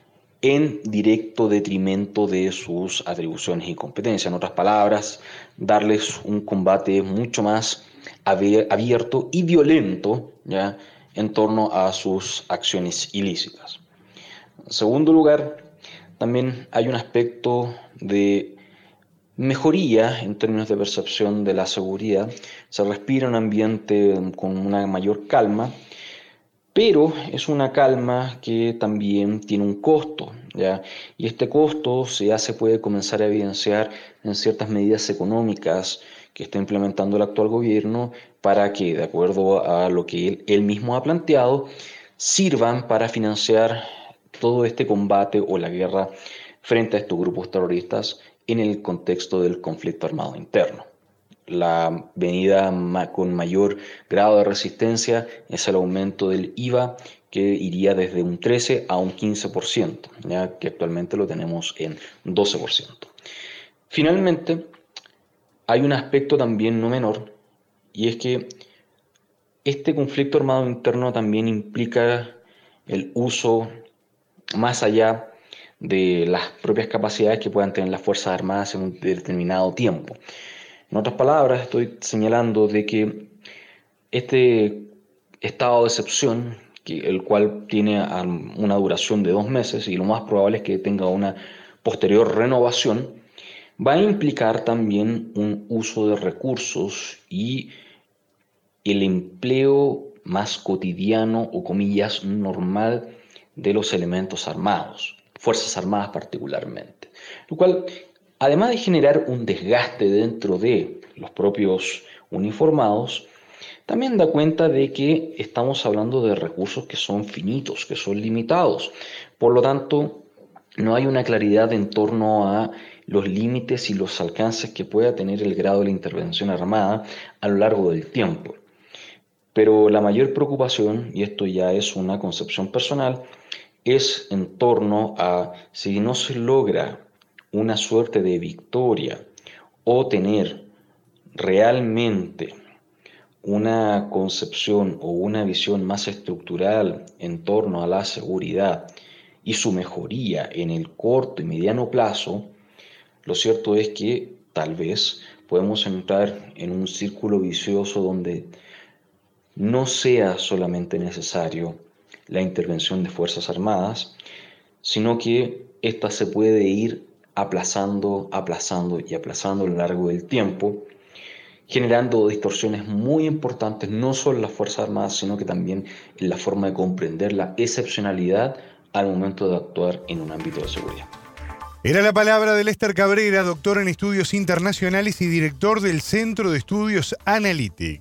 en directo detrimento de sus atribuciones y competencias. En otras palabras, darles un combate mucho más abierto y violento, ¿ya?, en torno a sus acciones ilícitas. En segundo lugar, también hay un aspecto de mejoría en términos de percepción de la seguridad. Se respira un ambiente con una mayor calma, pero es una calma que también tiene un costo, ¿ya? Y este costo ya se puede comenzar a evidenciar en ciertas medidas económicas que está implementando el actual gobierno para que, de acuerdo a lo que él mismo ha planteado, sirvan para financiar todo este combate o la guerra frente a estos grupos terroristas en el contexto del conflicto armado interno. La medida con mayor grado de resistencia es el aumento del IVA, que iría desde un 13 a un 15%, ya que actualmente lo tenemos en 12%. Finalmente, hay un aspecto también no menor, y es que este conflicto armado interno también implica el uso más allá de las propias capacidades que puedan tener las Fuerzas Armadas en un determinado tiempo. En otras palabras, estoy señalando de que este estado de excepción, el cual tiene una duración de 2 meses y lo más probable es que tenga una posterior renovación, va a implicar también un uso de recursos y el empleo más cotidiano o comillas normal de los elementos armados, Fuerzas Armadas particularmente, lo cual, además de generar un desgaste dentro de los propios uniformados, también da cuenta de que estamos hablando de recursos que son finitos, que son limitados. Por lo tanto, no hay una claridad en torno a los límites y los alcances que pueda tener el grado de la intervención armada a lo largo del tiempo. Pero la mayor preocupación, y esto ya es una concepción personal, es en torno a si no se logra una suerte de victoria o tener realmente una concepción o una visión más estructural en torno a la seguridad y su mejoría en el corto y mediano plazo, lo cierto es que tal vez podemos entrar en un círculo vicioso donde no sea solamente necesario la intervención de Fuerzas Armadas, sino que ésta se puede ir aplazando a lo largo del tiempo, generando distorsiones muy importantes, no solo en las Fuerzas Armadas, sino que también en la forma de comprender la excepcionalidad al momento de actuar en un ámbito de seguridad. Era la palabra de Lester Cabrera, doctor en estudios internacionales y director del Centro de Estudios Analytic.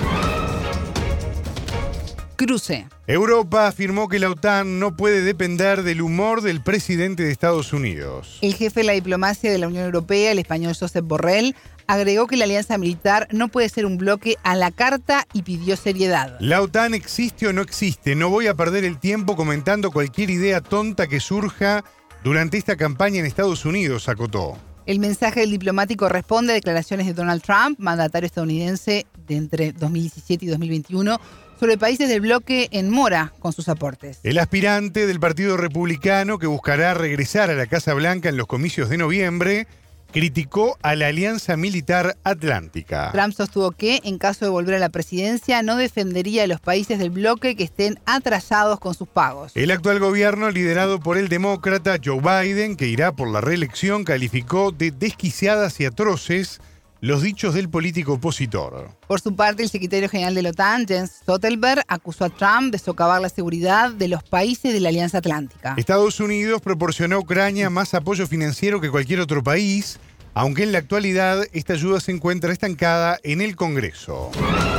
Cruce. Europa afirmó que la OTAN no puede depender del humor del presidente de Estados Unidos. El jefe de la diplomacia de la Unión Europea, el español Josep Borrell, agregó que la alianza militar no puede ser un bloque a la carta y pidió seriedad. La OTAN existe o no existe. No voy a perder el tiempo comentando cualquier idea tonta que surja durante esta campaña en Estados Unidos, acotó. El mensaje del diplomático responde a declaraciones de Donald Trump, mandatario estadounidense de entre 2017 y 2021, sobre países del bloque en mora con sus aportes. El aspirante del Partido Republicano, que buscará regresar a la Casa Blanca en los comicios de noviembre, criticó a la Alianza Militar Atlántica. Trump sostuvo que, en caso de volver a la presidencia, no defendería a los países del bloque que estén atrasados con sus pagos. El actual gobierno, liderado por el demócrata Joe Biden, que irá por la reelección, calificó de desquiciadas y atroces los dichos del político opositor. Por su parte, el secretario general de la OTAN, Jens Stoltenberg, acusó a Trump de socavar la seguridad de los países de la Alianza Atlántica. Estados Unidos proporcionó a Ucrania más apoyo financiero que cualquier otro país, aunque en la actualidad esta ayuda se encuentra estancada en el Congreso.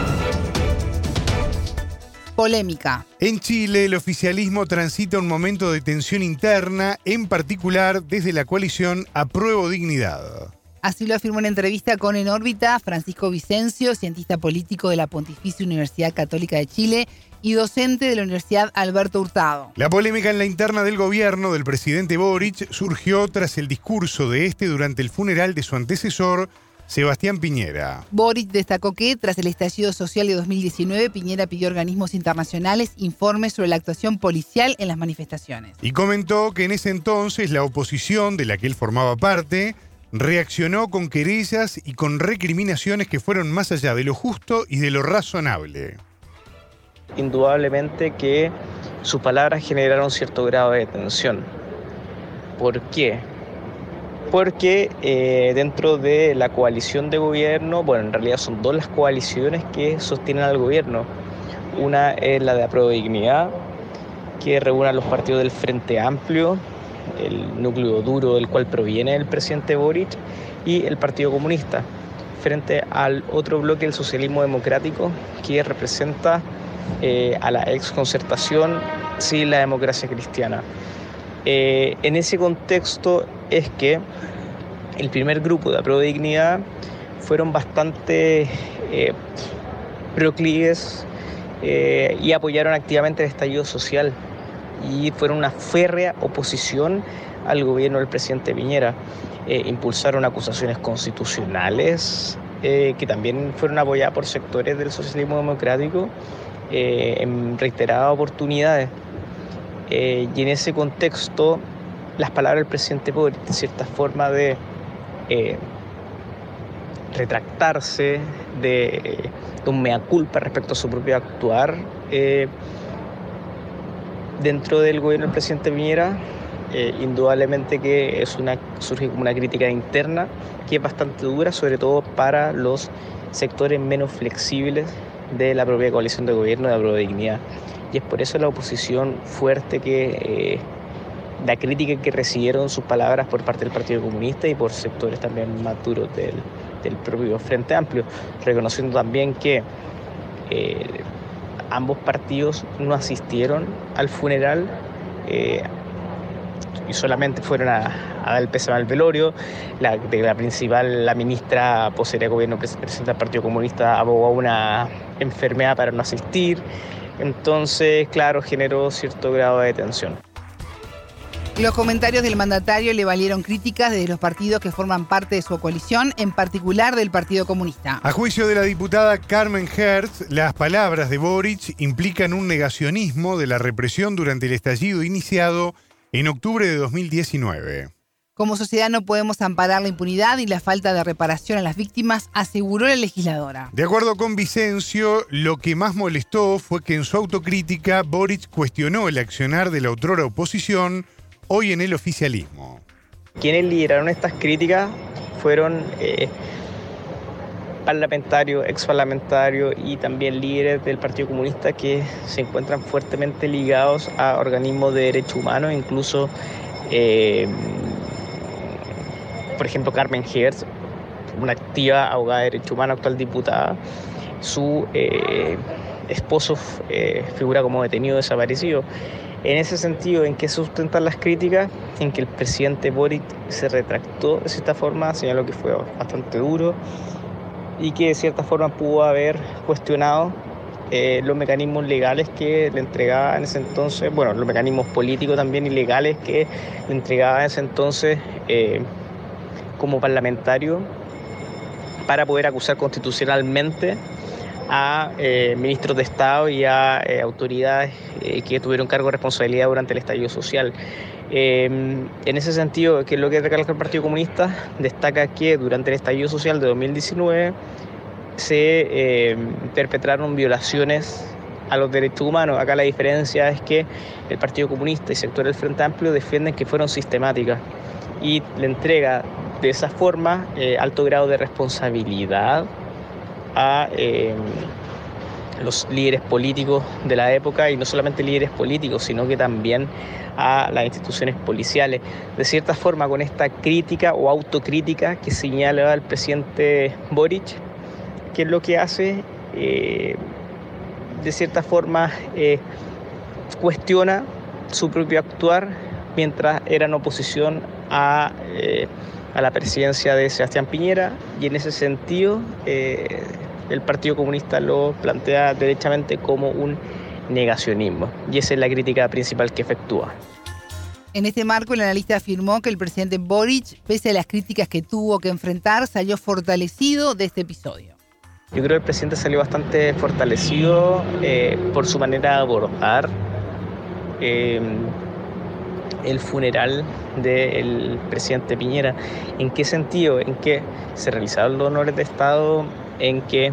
Polémica. En Chile, el oficialismo transita un momento de tensión interna, en particular desde la coalición Apruebo Dignidad. Así lo afirmó en entrevista con En órbita Francisco Vicencio, cientista político de la Pontificia Universidad Católica de Chile y docente de la Universidad Alberto Hurtado. La polémica en la interna del gobierno del presidente Boric surgió tras el discurso de este durante el funeral de su antecesor, Sebastián Piñera. Boric destacó que, tras el estallido social de 2019, Piñera pidió a organismos internacionales informes sobre la actuación policial en las manifestaciones. Y comentó que en ese entonces la oposición, de la que él formaba parte, reaccionó con querellas y con recriminaciones que fueron más allá de lo justo y de lo razonable. Indudablemente que sus palabras generaron cierto grado de tensión. ¿Por qué? Porque dentro de la coalición de gobierno, bueno, en realidad son dos las coaliciones que sostienen al gobierno. Una es la de Apruebo Dignidad, que reúne a los partidos del Frente Amplio, el núcleo duro del cual proviene el presidente Boric, y el Partido Comunista, frente al otro bloque, el Socialismo Democrático, que representa a la exconcertación, sí, la democracia cristiana. En ese contexto es que el primer grupo de Apruebo Dignidad fueron bastante proclives y apoyaron activamente el estallido social y fueron una férrea oposición al gobierno del presidente Piñera. Impulsaron acusaciones constitucionales que también fueron apoyadas por sectores del socialismo democrático en reiteradas oportunidades. Y en ese contexto, las palabras del presidente Boric, de cierta forma de retractarse, de un mea culpa respecto a su propio actuar dentro del gobierno del presidente Piñera, indudablemente que surge como una crítica interna que es bastante dura, sobre todo para los sectores menos flexibles de la propia coalición de gobierno de Apruebo Dignidad. Y es por eso la oposición fuerte que la crítica que recibieron sus palabras por parte del Partido Comunista y por sectores también más duros del propio Frente Amplio, reconociendo también que ambos partidos no asistieron al funeral y solamente fueron a dar el pésame al velorio. La ministra posterior de gobierno, presidenta del Partido Comunista, abogó a una enfermedad para no asistir. Entonces, claro, generó cierto grado de tensión. Los comentarios del mandatario le valieron críticas desde los partidos que forman parte de su coalición, en particular del Partido Comunista. A juicio de la diputada Carmen Hertz, las palabras de Boric implican un negacionismo de la represión durante el estallido iniciado en octubre de 2019. Como sociedad no podemos amparar la impunidad y la falta de reparación a las víctimas, aseguró la legisladora. De acuerdo con Vicencio, lo que más molestó fue que en su autocrítica Boric cuestionó el accionar de la otrora oposición, hoy en el oficialismo. Quienes lideraron estas críticas fueron parlamentarios, exparlamentarios y también líderes del Partido Comunista que se encuentran fuertemente ligados a organismos de derechos humanos, incluso, por ejemplo, Carmen Hertz, una activa abogada de derechos humanos, actual diputada. Su esposo figura como detenido desaparecido. En ese sentido, ¿en qué sustentan las críticas? En que el presidente Boric se retractó de cierta forma, señaló que fue bastante duro y que de cierta forma pudo haber cuestionado los mecanismos legales que le entregaba en ese entonces, bueno, los mecanismos políticos también y legales que le entregaba en ese entonces como parlamentario para poder acusar constitucionalmente a ministros de Estado y a autoridades que tuvieron cargo de responsabilidad durante el estallido social. En ese sentido, que es lo que recalca el Partido Comunista, destaca que durante el estallido social de 2019 se perpetraron violaciones a los derechos humanos. Acá la diferencia es que el Partido Comunista y sector del Frente Amplio defienden que fueron sistemáticas y le entrega de esa forma alto grado de responsabilidad a los líderes políticos de la época, y no solamente líderes políticos, sino que también a las instituciones policiales. De cierta forma, con esta crítica o autocrítica que señala el presidente Boric, ¿qué es lo que hace? De cierta forma, cuestiona su propio actuar mientras era en oposición a la presidencia de Sebastián Piñera, y en ese sentido el Partido Comunista lo plantea derechamente como un negacionismo, y esa es la crítica principal que efectúa. En este marco, el analista afirmó que el presidente Boric, pese a las críticas que tuvo que enfrentar, salió fortalecido de este episodio. Yo creo que el presidente salió bastante fortalecido por su manera de abordar el funeral del presidente Piñera. ¿En qué sentido? En que se realizaron los honores de Estado, en que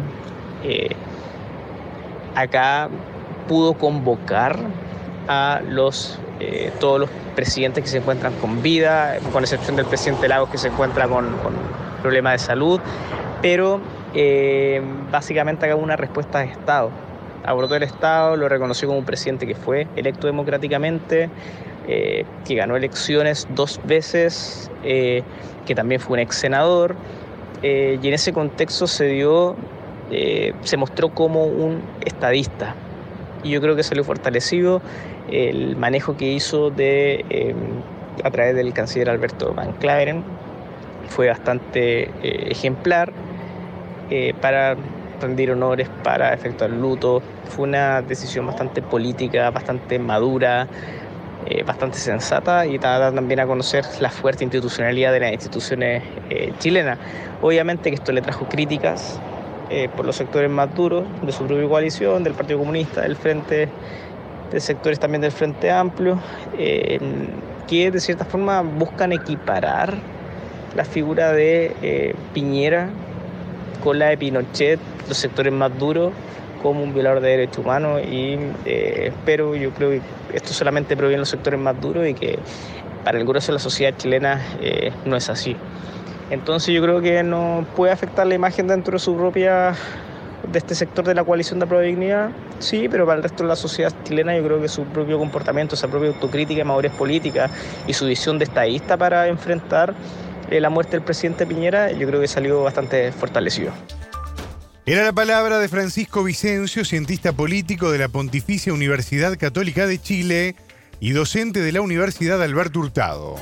acá pudo convocar a todos los presidentes que se encuentran con vida, con excepción del presidente Lagos, que se encuentra con problemas de salud, pero básicamente haga una respuesta de Estado. Abordó el Estado, lo reconoció como un presidente que fue electo democráticamente, que ganó elecciones 2 veces, que también fue un ex senador, y en ese contexto se mostró como un estadista. Y yo creo que salió fortalecido. El manejo que hizo a través del canciller Alberto Van Claveren fue bastante ejemplar para rendir honores, para efectuar luto. Fue una decisión bastante política, bastante madura, bastante sensata, y también a conocer la fuerte institucionalidad de las instituciones chilenas. Obviamente que esto le trajo críticas por los sectores más duros de su propia coalición, del Partido Comunista, del Frente, de sectores también del Frente Amplio, que de cierta forma buscan equiparar la figura de Piñera con la de Pinochet, los sectores más duros, como un violador de derechos humanos, pero yo creo que esto solamente proviene de los sectores más duros y que para el grueso de la sociedad chilena no es así. Entonces yo creo que no puede afectar la imagen dentro de este sector de la coalición de Aprueba Dignidad, sí, pero para el resto de la sociedad chilena yo creo que su propio comportamiento, esa propia autocrítica y madurez política y su visión de estadista para enfrentar la muerte del presidente Piñera, yo creo que salió bastante fortalecido. Era la palabra de Francisco Vicencio, cientista político de la Pontificia Universidad Católica de Chile y docente de la Universidad Alberto Hurtado.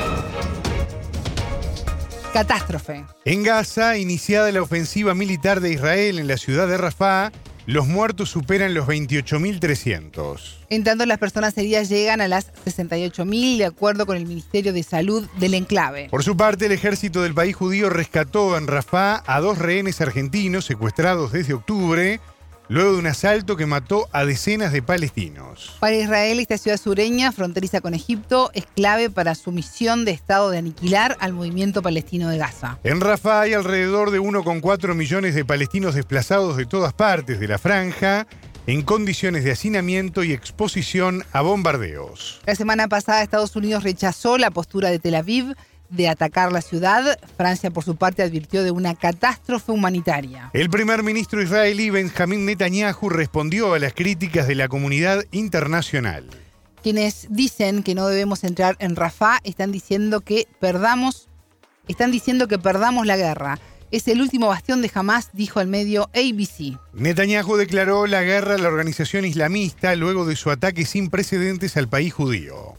Catástrofe. En Gaza, iniciada la ofensiva militar de Israel en la ciudad de Rafah, los muertos superan los 28.300. En tanto, las personas heridas llegan a las 68.000, de acuerdo con el Ministerio de Salud del enclave. Por su parte, el ejército del país judío rescató en Rafah a 2 rehenes argentinos secuestrados desde octubre, luego de un asalto que mató a decenas de palestinos. Para Israel, esta ciudad sureña, fronteriza con Egipto, es clave para su misión de Estado de aniquilar al movimiento palestino de Gaza. En Rafah hay alrededor de 1,4 millones de palestinos desplazados de todas partes de la franja, en condiciones de hacinamiento y exposición a bombardeos. La semana pasada, Estados Unidos rechazó la postura de Tel Aviv de atacar la ciudad. Francia, por su parte, advirtió de una catástrofe humanitaria. El primer ministro israelí Benjamín Netanyahu respondió a las críticas de la comunidad internacional. Quienes dicen que no debemos entrar en Rafah están diciendo que perdamos la guerra. Es el último bastión de Hamás, dijo al medio ABC. Netanyahu declaró la guerra a la organización islamista luego de su ataque sin precedentes al país judío.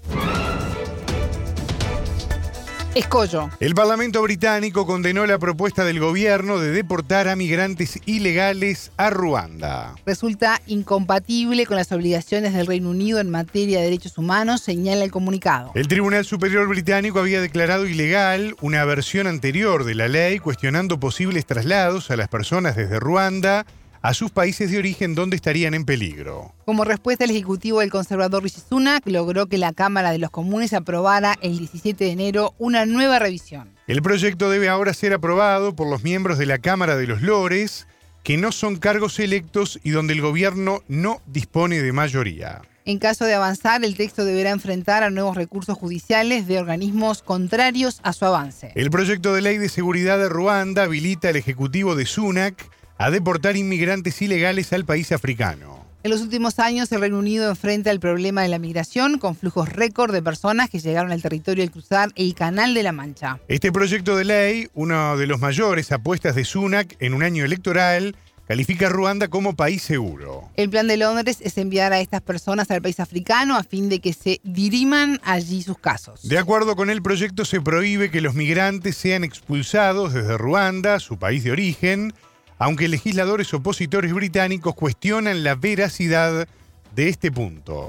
Escollo. El Parlamento británico condenó la propuesta del gobierno de deportar a migrantes ilegales a Ruanda. Resulta incompatible con las obligaciones del Reino Unido en materia de derechos humanos, señala el comunicado. El Tribunal Superior Británico había declarado ilegal una versión anterior de la ley, cuestionando posibles traslados a las personas desde Ruanda a sus países de origen donde estarían en peligro. Como respuesta, el ejecutivo del conservador Rishi Sunak logró que la Cámara de los Comunes aprobara el 17 de enero una nueva revisión. El proyecto debe ahora ser aprobado por los miembros de la Cámara de los Lores, que no son cargos electos y donde el gobierno no dispone de mayoría. En caso de avanzar, el texto deberá enfrentar a nuevos recursos judiciales de organismos contrarios a su avance. El proyecto de ley de seguridad de Ruanda habilita al ejecutivo de Sunak a deportar inmigrantes ilegales al país africano. En los últimos años, el Reino Unido enfrenta el problema de la migración con flujos récord de personas que llegaron al territorio al cruzar el Canal de la Mancha. Este proyecto de ley, uno de los mayores apuestas de Sunak en un año electoral, califica a Ruanda como país seguro. El plan de Londres es enviar a estas personas al país africano a fin de que se diriman allí sus casos. De acuerdo con el proyecto, se prohíbe que los migrantes sean expulsados desde Ruanda, su país de origen, aunque legisladores opositores británicos cuestionan la veracidad de este punto.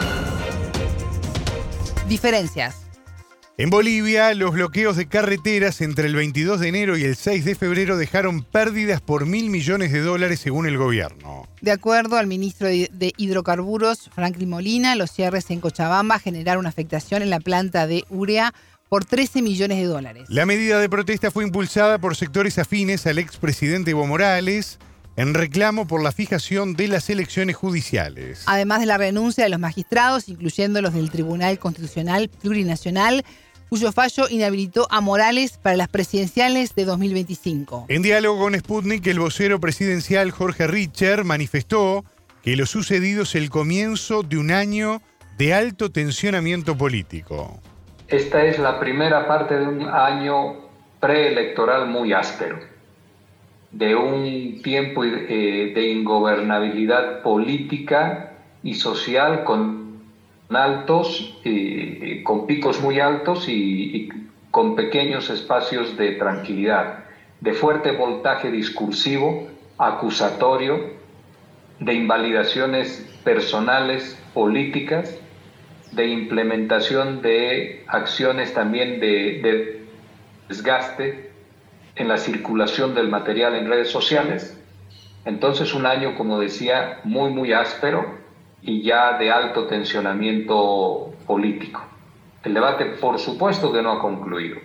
Diferencias. En Bolivia, los bloqueos de carreteras entre el 22 de enero y el 6 de febrero dejaron pérdidas por $1.000 millones según el gobierno. De acuerdo al ministro de Hidrocarburos, Franklin Molina, los cierres en Cochabamba generaron afectación en la planta de urea por $13 millones. La medida de protesta fue impulsada por sectores afines al expresidente Evo Morales en reclamo por la fijación de las elecciones judiciales. Además de la renuncia de los magistrados, incluyendo los del Tribunal Constitucional Plurinacional, cuyo fallo inhabilitó a Morales para las presidenciales de 2025. En diálogo con Sputnik, el vocero presidencial Jorge Richer manifestó que lo sucedido es el comienzo de un año de alto tensionamiento político. Esta es la primera parte de un año preelectoral muy áspero, de un tiempo de ingobernabilidad política y social con altos, con picos muy altos y con pequeños espacios de tranquilidad, de fuerte voltaje discursivo, acusatorio, de invalidaciones personales, políticas, de implementación de acciones también de desgaste en la circulación del material en redes sociales. Entonces un año, como decía, muy áspero y ya de alto tensionamiento político. El debate, por supuesto que no ha concluido,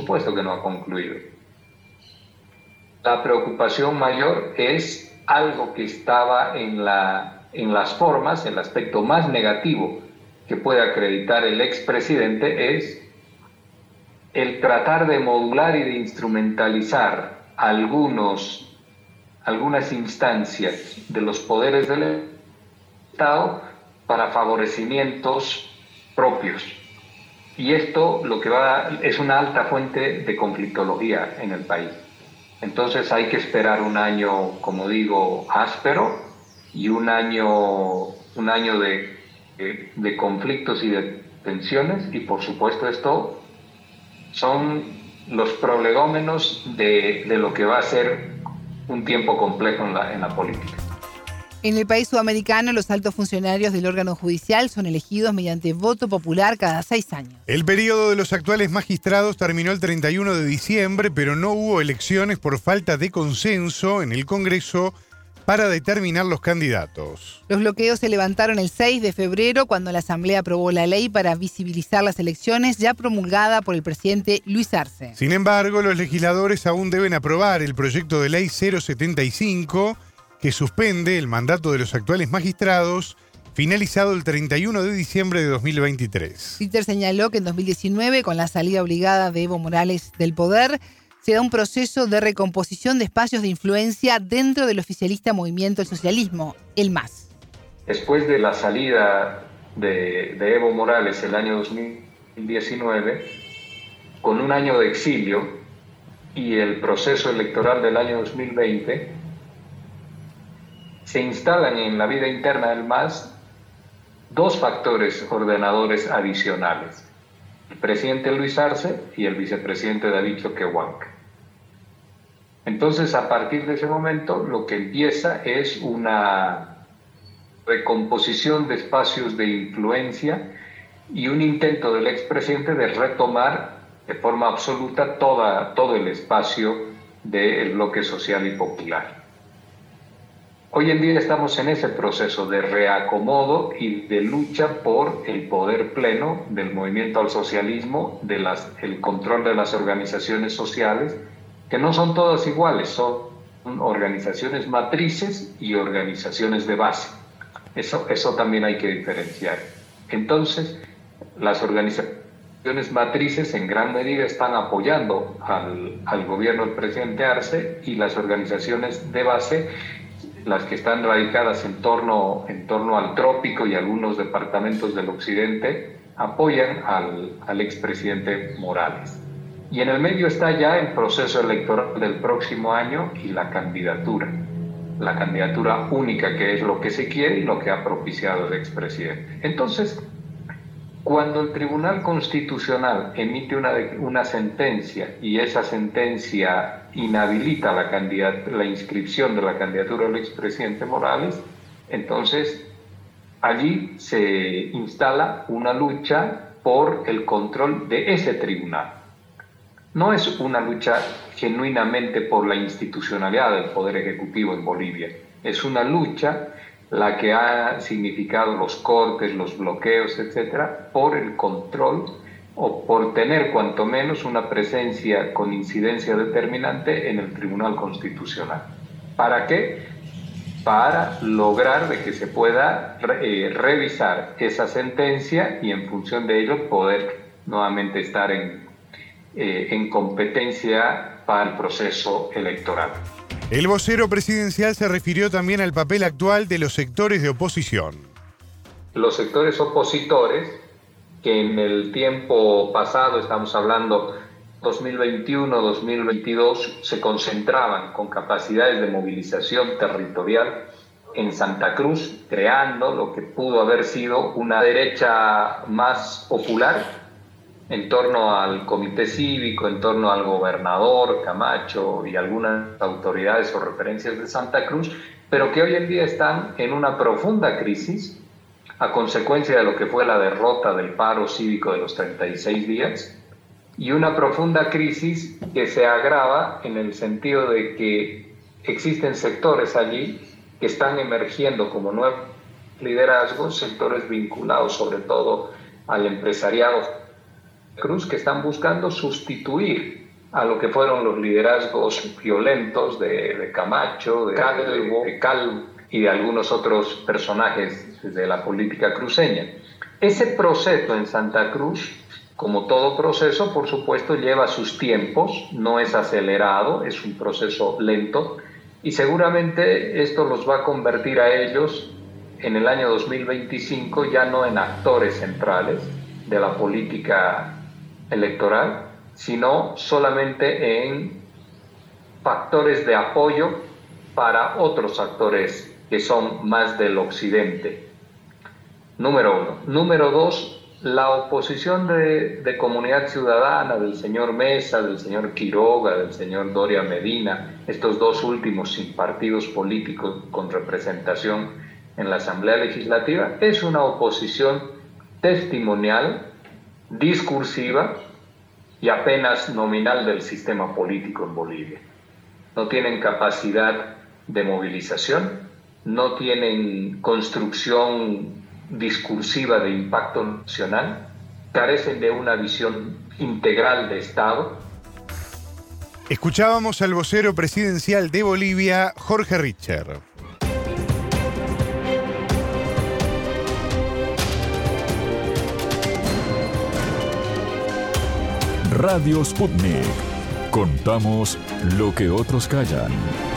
La preocupación mayor es algo que estaba en las formas, el aspecto más negativo que puede acreditar el expresidente es el tratar de modular y de instrumentalizar algunas instancias de los poderes del Estado para favorecimientos propios. Y esto lo que es una alta fuente de conflictología en el país. Entonces hay que esperar un año, como digo, áspero y un año de conflictos y de tensiones, y por supuesto esto son los prolegómenos de lo que va a ser un tiempo complejo en la política. En el país sudamericano, los altos funcionarios del órgano judicial son elegidos mediante voto popular cada 6 años. El periodo de los actuales magistrados terminó el 31 de diciembre, pero no hubo elecciones por falta de consenso en el Congreso para determinar los candidatos. Los bloqueos se levantaron el 6 de febrero, cuando la Asamblea aprobó la ley para visibilizar las elecciones, ya promulgada por el presidente Luis Arce. Sin embargo, los legisladores aún deben aprobar el proyecto de ley 075, que suspende el mandato de los actuales magistrados, finalizado el 31 de diciembre de 2023. Ritter señaló que en 2019, con la salida obligada de Evo Morales del poder, se da un proceso de recomposición de espacios de influencia dentro del oficialista movimiento del socialismo, el MAS. Después de la salida de Evo Morales el año 2019, con un año de exilio y el proceso electoral del año 2020, se instalan en la vida interna del MAS dos factores ordenadores adicionales: el presidente Luis Arce y el vicepresidente David Choquehuanca. Entonces, a partir de ese momento, lo que empieza es una recomposición de espacios de influencia y un intento del expresidente de retomar de forma absoluta todo el espacio del bloque social y popular. Hoy en día estamos en ese proceso de reacomodo y de lucha por el poder pleno del movimiento al socialismo, el control de las organizaciones sociales, que no son todas iguales, son organizaciones matrices y organizaciones de base. Eso también hay que diferenciar. Entonces, las organizaciones matrices en gran medida están apoyando al gobierno del presidente Arce, y las organizaciones de base, las que están radicadas en torno al trópico y algunos departamentos del occidente, apoyan al expresidente Morales. Y en el medio está ya el proceso electoral del próximo año y la candidatura única, que es lo que se quiere y lo que ha propiciado el expresidente. Entonces, cuando el Tribunal Constitucional emite una sentencia y esa sentencia inhabilita la inscripción de la candidatura del expresidente Morales, entonces allí se instala una lucha por el control de ese tribunal. No es una lucha genuinamente por la institucionalidad del Poder Ejecutivo en Bolivia, es una lucha la que ha significado los cortes, los bloqueos, etcétera, por el control o por tener cuanto menos una presencia con incidencia determinante en el Tribunal Constitucional. ¿Para qué? Para lograr de que se pueda revisar esa sentencia y en función de ello poder nuevamente estar en competencia para el proceso electoral. El vocero presidencial se refirió también al papel actual de los sectores de oposición. Los sectores opositores, que en el tiempo pasado, estamos hablando 2021-2022, se concentraban con capacidades de movilización territorial en Santa Cruz, creando lo que pudo haber sido una derecha más popular en torno al comité cívico, en torno al gobernador Camacho y algunas autoridades o referencias de Santa Cruz, pero que hoy en día están en una profunda crisis a consecuencia de lo que fue la derrota del paro cívico de los 36 días, y una profunda crisis que se agrava en el sentido de que existen sectores allí que están emergiendo como nuevos liderazgos, sectores vinculados sobre todo al empresariado Cruz, que están buscando sustituir a lo que fueron los liderazgos violentos de Camacho, de Calvo y de algunos otros personajes de la política cruceña. Ese proceso en Santa Cruz, como todo proceso, por supuesto, lleva sus tiempos, no es acelerado, es un proceso lento, y seguramente esto los va a convertir a ellos en el año 2025 ya no en actores centrales de la política electoral, sino solamente en factores de apoyo para otros actores que son más del occidente. Número uno. Número dos, la oposición de comunidad ciudadana, del señor Mesa, del señor Quiroga, del señor Doria Medina, estos dos últimos sin partidos políticos con representación en la Asamblea Legislativa, es una oposición testimonial, discursiva y apenas nominal del sistema político en Bolivia. No tienen capacidad de movilización, no tienen construcción discursiva de impacto nacional, carecen de una visión integral de Estado. Escuchábamos al vocero presidencial de Bolivia, Jorge Richter. Radio Sputnik. Contamos lo que otros callan.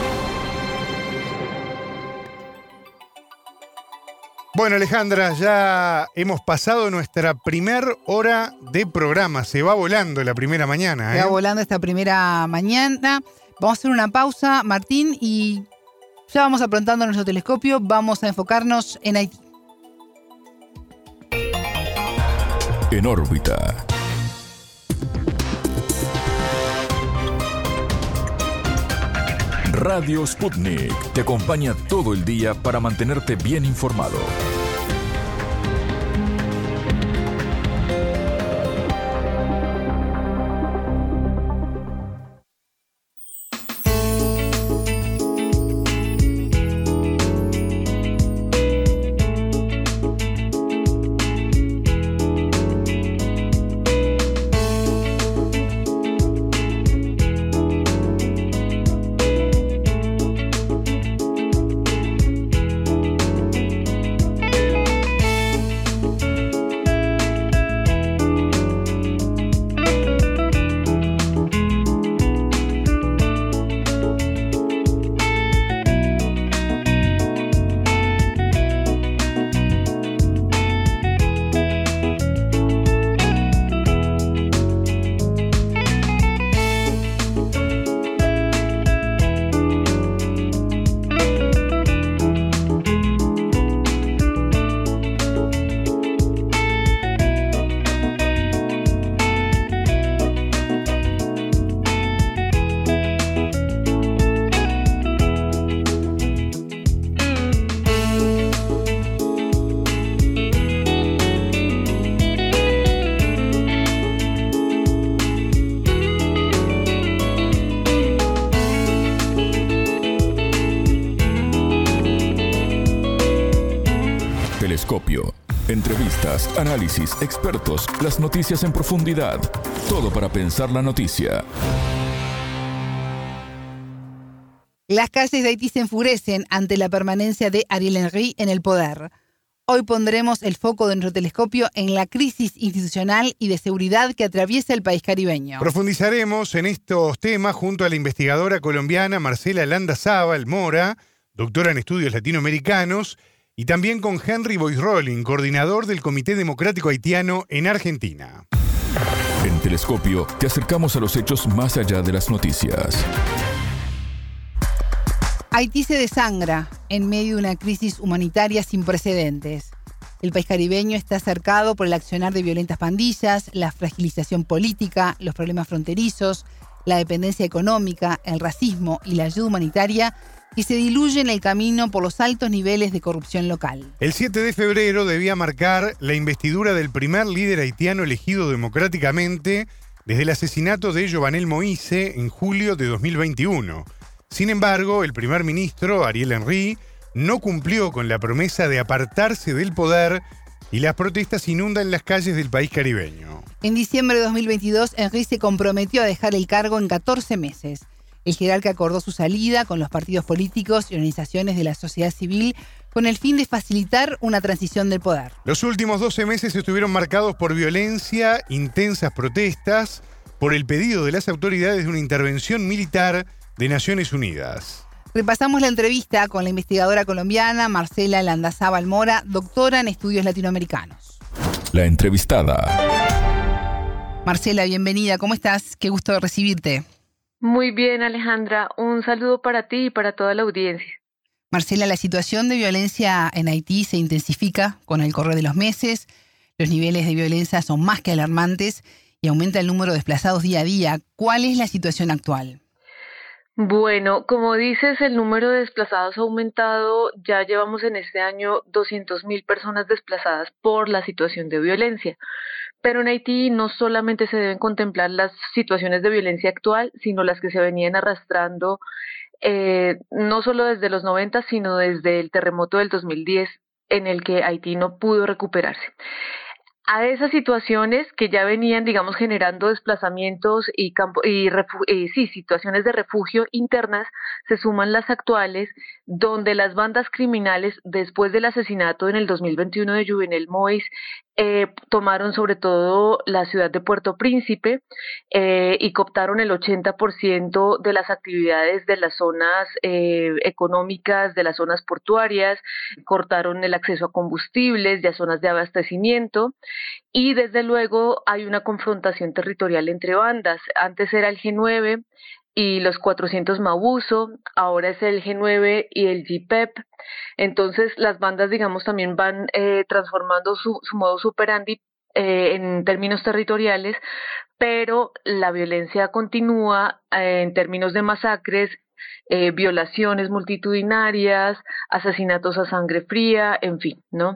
Bueno, Alejandra, ya hemos pasado nuestra primer hora de programa. Se va volando la primera mañana. Se va volando esta primera mañana. Vamos a hacer una pausa, Martín, y ya vamos aprontando nuestro telescopio. Vamos a enfocarnos en Haití. En órbita. Radio Sputnik te acompaña todo el día para mantenerte bien informado. Entrevistas, análisis, expertos, las noticias en profundidad. Todo para pensar la noticia. Las calles de Haití se enfurecen ante la permanencia de Ariel Henry en el poder. Hoy pondremos el foco de nuestro telescopio en la crisis institucional y de seguridad que atraviesa el país caribeño. Profundizaremos en estos temas junto a la investigadora colombiana Marcela Landazábal Mora, doctora en estudios latinoamericanos, y también con Henry Boisrolling, coordinador del Comité Democrático Haitiano en Argentina. En Telescopio te acercamos a los hechos más allá de las noticias. Haití se desangra en medio de una crisis humanitaria sin precedentes. El país caribeño está cercado por el accionar de violentas pandillas, la fragilización política, los problemas fronterizos, la dependencia económica, el racismo y la ayuda humanitaria que se diluye en el camino por los altos niveles de corrupción local. El 7 de febrero debía marcar la investidura del primer líder haitiano elegido democráticamente desde el asesinato de Jovenel Moïse en julio de 2021. Sin embargo, el primer ministro, Ariel Henry, no cumplió con la promesa de apartarse del poder y las protestas inundan las calles del país caribeño. En diciembre de 2022, Henry se comprometió a dejar el cargo en 14 meses. El jerarca acordó su salida con los partidos políticos y organizaciones de la sociedad civil con el fin de facilitar una transición del poder. Los últimos 12 meses estuvieron marcados por violencia, intensas protestas, por el pedido de las autoridades de una intervención militar de Naciones Unidas. Repasamos la entrevista con la investigadora colombiana Marcela Landazábal Mora, doctora en estudios latinoamericanos. La entrevistada. Marcela, bienvenida. ¿Cómo estás? Qué gusto recibirte. Muy bien, Alejandra. Un saludo para ti y para toda la audiencia. Marcela, la situación de violencia en Haití se intensifica con el correr de los meses. Los niveles de violencia son más que alarmantes y aumenta el número de desplazados día a día. ¿Cuál es la situación actual? Bueno, como dices, el número de desplazados ha aumentado. Ya llevamos en este año 200.000 personas desplazadas por la situación de violencia. Pero en Haití no solamente se deben contemplar las situaciones de violencia actual, sino las que se venían arrastrando no solo desde los 90, sino desde el terremoto del 2010, en el que Haití no pudo recuperarse. A esas situaciones que ya venían, digamos, generando desplazamientos y situaciones de refugio internas, se suman las actuales, donde las bandas criminales, después del asesinato en el 2021 de Jovenel Moïse, tomaron sobre todo la ciudad de Puerto Príncipe y cooptaron el 80% de las actividades de las zonas económicas, de las zonas portuarias, cortaron el acceso a combustibles y a zonas de abastecimiento. Y desde luego hay una confrontación territorial entre bandas. Antes era el G9 y los 400 Mabuso, ahora es el G9 y el GPEP. Entonces las bandas, digamos, también van transformando su modus operandi en términos territoriales, pero la violencia continúa en términos de masacres, violaciones multitudinarias, asesinatos a sangre fría, en fin, ¿no?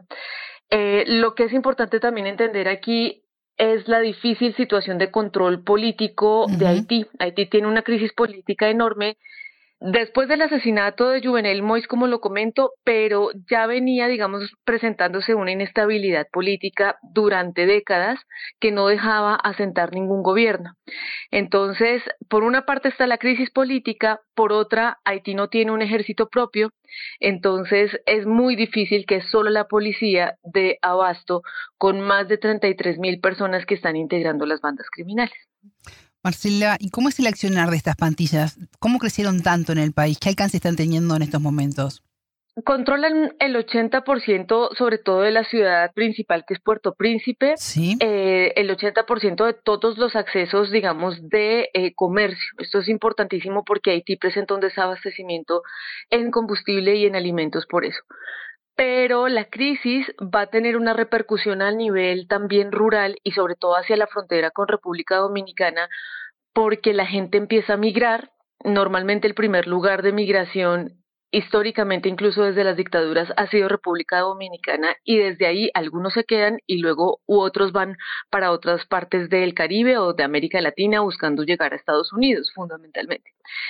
Lo que es importante también entender aquí es la difícil situación de control político de Haití. Haití tiene una crisis política enorme después del asesinato de Jovenel Moïse, como lo comento, pero ya venía, digamos, presentándose una inestabilidad política durante décadas que no dejaba asentar ningún gobierno. Entonces, por una parte está la crisis política, por otra, Haití no tiene un ejército propio, entonces es muy difícil que solo la policía dé abasto con más de 33.000 personas que están integrando las bandas criminales. Marcela, ¿y cómo es el accionar de estas pandillas? ¿Cómo crecieron tanto en el país? ¿Qué alcance están teniendo en estos momentos? Controlan el 80% sobre todo de la ciudad principal, que es Puerto Príncipe. Sí. El 80% de todos los accesos, digamos, de comercio. Esto es importantísimo porque Haití presenta un desabastecimiento en combustible y en alimentos por eso. Pero la crisis va a tener una repercusión a nivel también rural y sobre todo hacia la frontera con República Dominicana, porque la gente empieza a migrar. Normalmente el primer lugar de migración, históricamente incluso desde las dictaduras, ha sido República Dominicana, y desde ahí algunos se quedan y luego otros van para otras partes del Caribe o de América Latina buscando llegar a Estados Unidos, fundamentalmente.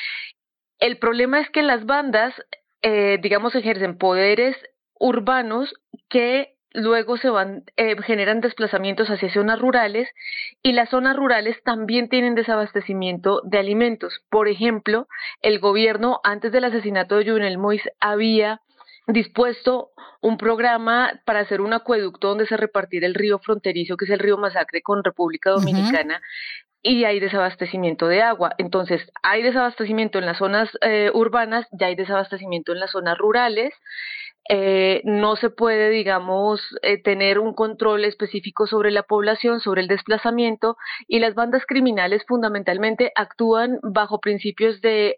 El problema es que las bandas, digamos, ejercen poderes urbanos que luego generan desplazamientos hacia zonas rurales, y las zonas rurales también tienen desabastecimiento de alimentos. Por ejemplo, el gobierno, antes del asesinato de Jovenel Moïse, había dispuesto un programa para hacer un acueducto donde se repartiera el río fronterizo, que es el río Masacre, con República Dominicana, y hay desabastecimiento de agua. Entonces, hay desabastecimiento en las zonas urbanas, ya hay desabastecimiento en las zonas rurales. No se puede, digamos, tener un control específico sobre la población, sobre el desplazamiento, y las bandas criminales fundamentalmente actúan bajo principios de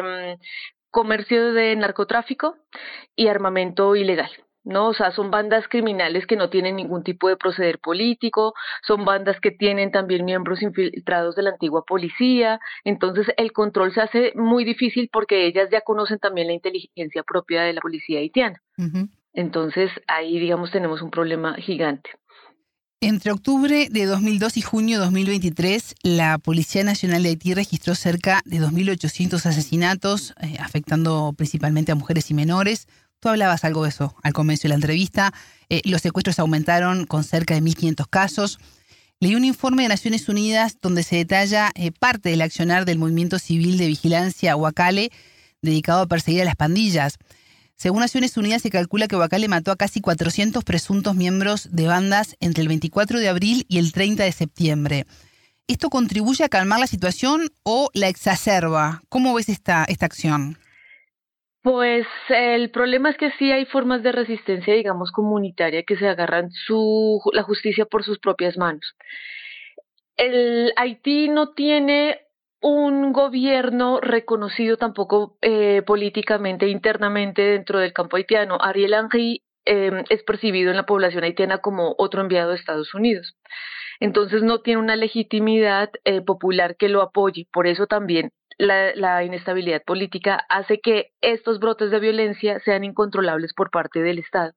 comercio de narcotráfico y armamento ilegal, ¿no? O sea, son bandas criminales que no tienen ningún tipo de proceder político, son bandas que tienen también miembros infiltrados de la antigua policía. Entonces el control se hace muy difícil porque ellas ya conocen también la inteligencia propia de la policía haitiana. Entonces ahí, digamos, tenemos un problema gigante. Entre octubre de 2002 y junio de 2023, la Policía Nacional de Haití registró cerca de 2.800 asesinatos, afectando principalmente a mujeres y menores. Tú hablabas algo de eso al comienzo de la entrevista. Los secuestros aumentaron con cerca de 1.500 casos. Leí un informe de Naciones Unidas donde se detalla parte del accionar del movimiento civil de vigilancia Ouakale, dedicado a perseguir a las pandillas. Según Naciones Unidas, se calcula que Ouakale mató a casi 400 presuntos miembros de bandas entre el 24 de abril y el 30 de septiembre. ¿Esto contribuye a calmar la situación o la exacerba? ¿Cómo ves esta acción? Pues el problema es que sí hay formas de resistencia, digamos, comunitaria, que se agarran la justicia por sus propias manos. El Haití no tiene un gobierno reconocido tampoco políticamente, internamente dentro del campo haitiano. Ariel Henry es percibido en la población haitiana como otro enviado de Estados Unidos. Entonces no tiene una legitimidad popular que lo apoye. Por eso también la inestabilidad política hace que estos brotes de violencia sean incontrolables por parte del Estado.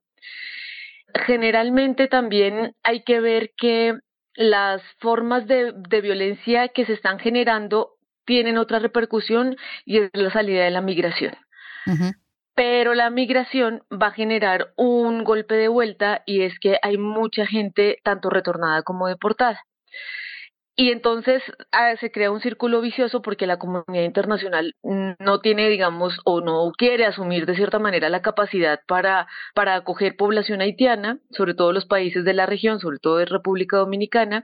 Generalmente también hay que ver que las formas de violencia que se están generando tienen otra repercusión y es la salida de la migración. Uh-huh. Pero la migración va a generar un golpe de vuelta y es que hay mucha gente tanto retornada como deportada. Y entonces se crea un círculo vicioso porque la comunidad internacional no tiene, digamos, o no quiere asumir de cierta manera la capacidad para acoger población haitiana, sobre todo los países de la región, sobre todo de República Dominicana,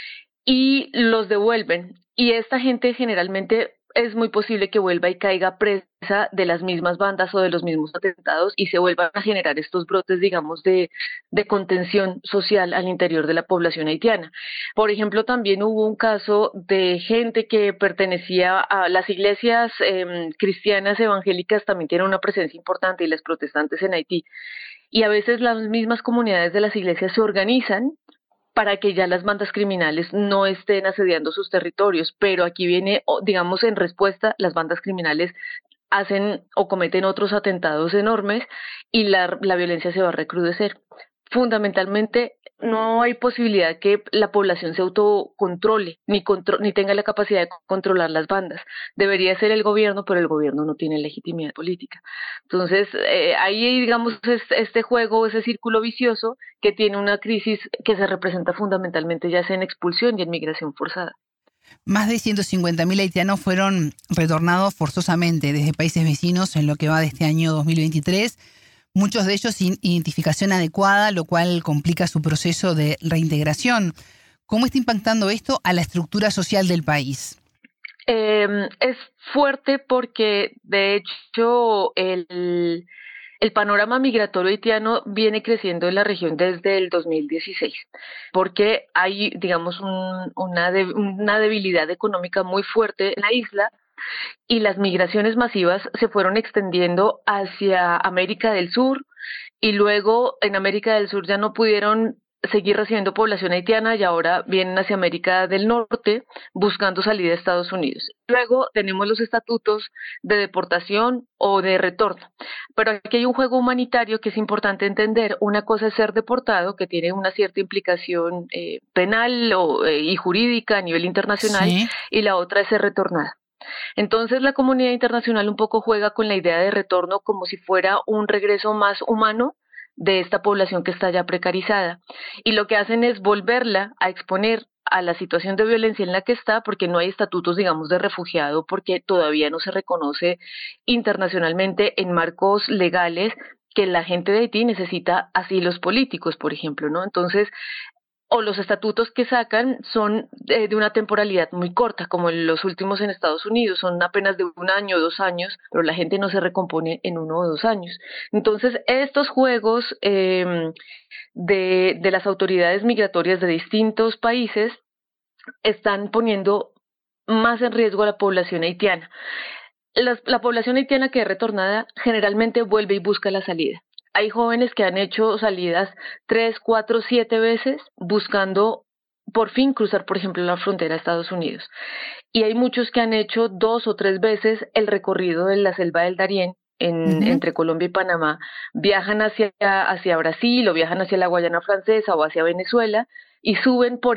y los devuelven. Y esta gente generalmente es muy posible que vuelva y caiga presa de las mismas bandas o de los mismos atentados y se vuelvan a generar estos brotes, digamos, de contención social al interior de la población haitiana. Por ejemplo, también hubo un caso de gente que pertenecía a las iglesias cristianas evangélicas, también tienen una presencia importante, y las protestantes en Haití. Y a veces las mismas comunidades de las iglesias se organizan para que ya las bandas criminales no estén asediando sus territorios, pero aquí viene, digamos, en respuesta, las bandas criminales hacen o cometen otros atentados enormes y la violencia se va a recrudecer. Fundamentalmente, no hay posibilidad que la población se autocontrole ni tenga la capacidad de controlar las bandas. Debería ser el gobierno, pero el gobierno no tiene legitimidad política. Entonces, ahí, digamos, este juego, ese círculo vicioso que tiene una crisis que se representa fundamentalmente ya sea en expulsión y en migración forzada. Más de 150.000 haitianos fueron retornados forzosamente desde países vecinos en lo que va de este año 2023. Muchos de ellos sin identificación adecuada, lo cual complica su proceso de reintegración. ¿Cómo está impactando esto a la estructura social del país? Es fuerte porque, de hecho, el panorama migratorio haitiano viene creciendo en la región desde el 2016, porque hay, digamos, una debilidad económica muy fuerte en la isla. Y las migraciones masivas se fueron extendiendo hacia América del Sur y luego en América del Sur ya no pudieron seguir recibiendo población haitiana y ahora vienen hacia América del Norte buscando salida a Estados Unidos. Luego tenemos los estatutos de deportación o de retorno. Pero aquí hay un juego humanitario que es importante entender. Una cosa es ser deportado, que tiene una cierta implicación penal y jurídica a nivel internacional, sí, y la otra es ser retornado. Entonces la comunidad internacional un poco juega con la idea de retorno como si fuera un regreso más humano de esta población que está ya precarizada. Y lo que hacen es volverla a exponer a la situación de violencia en la que está, porque no hay estatutos, digamos, de refugiado, porque todavía no se reconoce internacionalmente en marcos legales que la gente de Haití necesita asilos políticos, por ejemplo, ¿no? Entonces, o los estatutos que sacan son de una temporalidad muy corta, como los últimos en Estados Unidos, son apenas de 1 año o 2 años, pero la gente no se recompone en 1 o 2 años. Entonces, estos juegos de las autoridades migratorias de distintos países están poniendo más en riesgo a la población haitiana. La población haitiana que es retornada generalmente vuelve y busca la salida. Hay jóvenes que han hecho salidas 3, 4, 7 veces buscando por fin cruzar, por ejemplo, la frontera a Estados Unidos. Y hay muchos que han hecho 2 o 3 veces el recorrido de la selva del Darién entre Colombia y Panamá. Viajan hacia Brasil o viajan hacia la Guayana Francesa o hacia Venezuela y suben por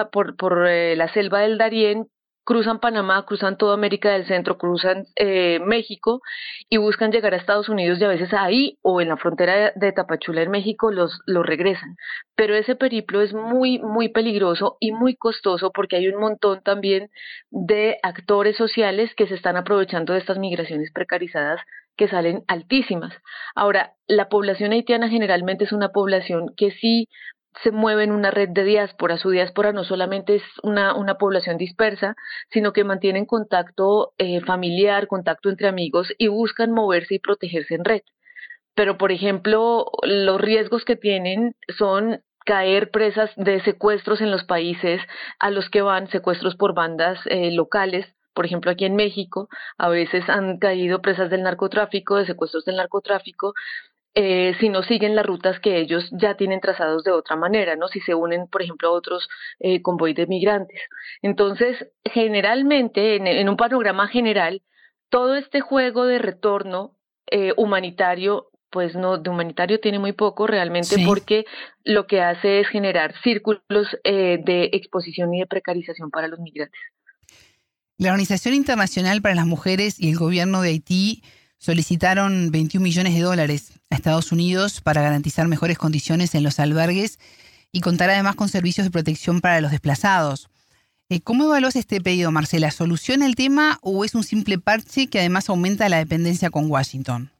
la selva del Darién, cruzan Panamá, cruzan toda América del Centro, cruzan México y buscan llegar a Estados Unidos y a veces ahí o en la frontera de Tapachula en México los regresan. Pero ese periplo es muy, muy peligroso y muy costoso porque hay un montón también de actores sociales que se están aprovechando de estas migraciones precarizadas que salen altísimas. Ahora, la población haitiana generalmente es una población que sí se mueve en una red de diáspora. Su diáspora no solamente es una población dispersa, sino que mantienen contacto familiar, contacto entre amigos y buscan moverse y protegerse en red. Pero, por ejemplo, los riesgos que tienen son caer presas de secuestros en los países a los que van, secuestros por bandas locales, por ejemplo aquí en México, a veces han caído presas del narcotráfico, de secuestros del narcotráfico, si no siguen las rutas que ellos ya tienen trazados de otra manera, ¿no? Si se unen, por ejemplo, a otros convoys de migrantes. Entonces, generalmente, en un panorama general, todo este juego de retorno humanitario, pues no, de humanitario tiene muy poco realmente, Sí. porque lo que hace es generar círculos de exposición y de precarización para los migrantes. La Organización Internacional para las Mujeres y el gobierno de Haití solicitaron $21 millones a Estados Unidos para garantizar mejores condiciones en los albergues y contar además con servicios de protección para los desplazados. ¿Cómo evalúas este pedido, Marcela? ¿Soluciona el tema o es un simple parche que además aumenta la dependencia con Washington?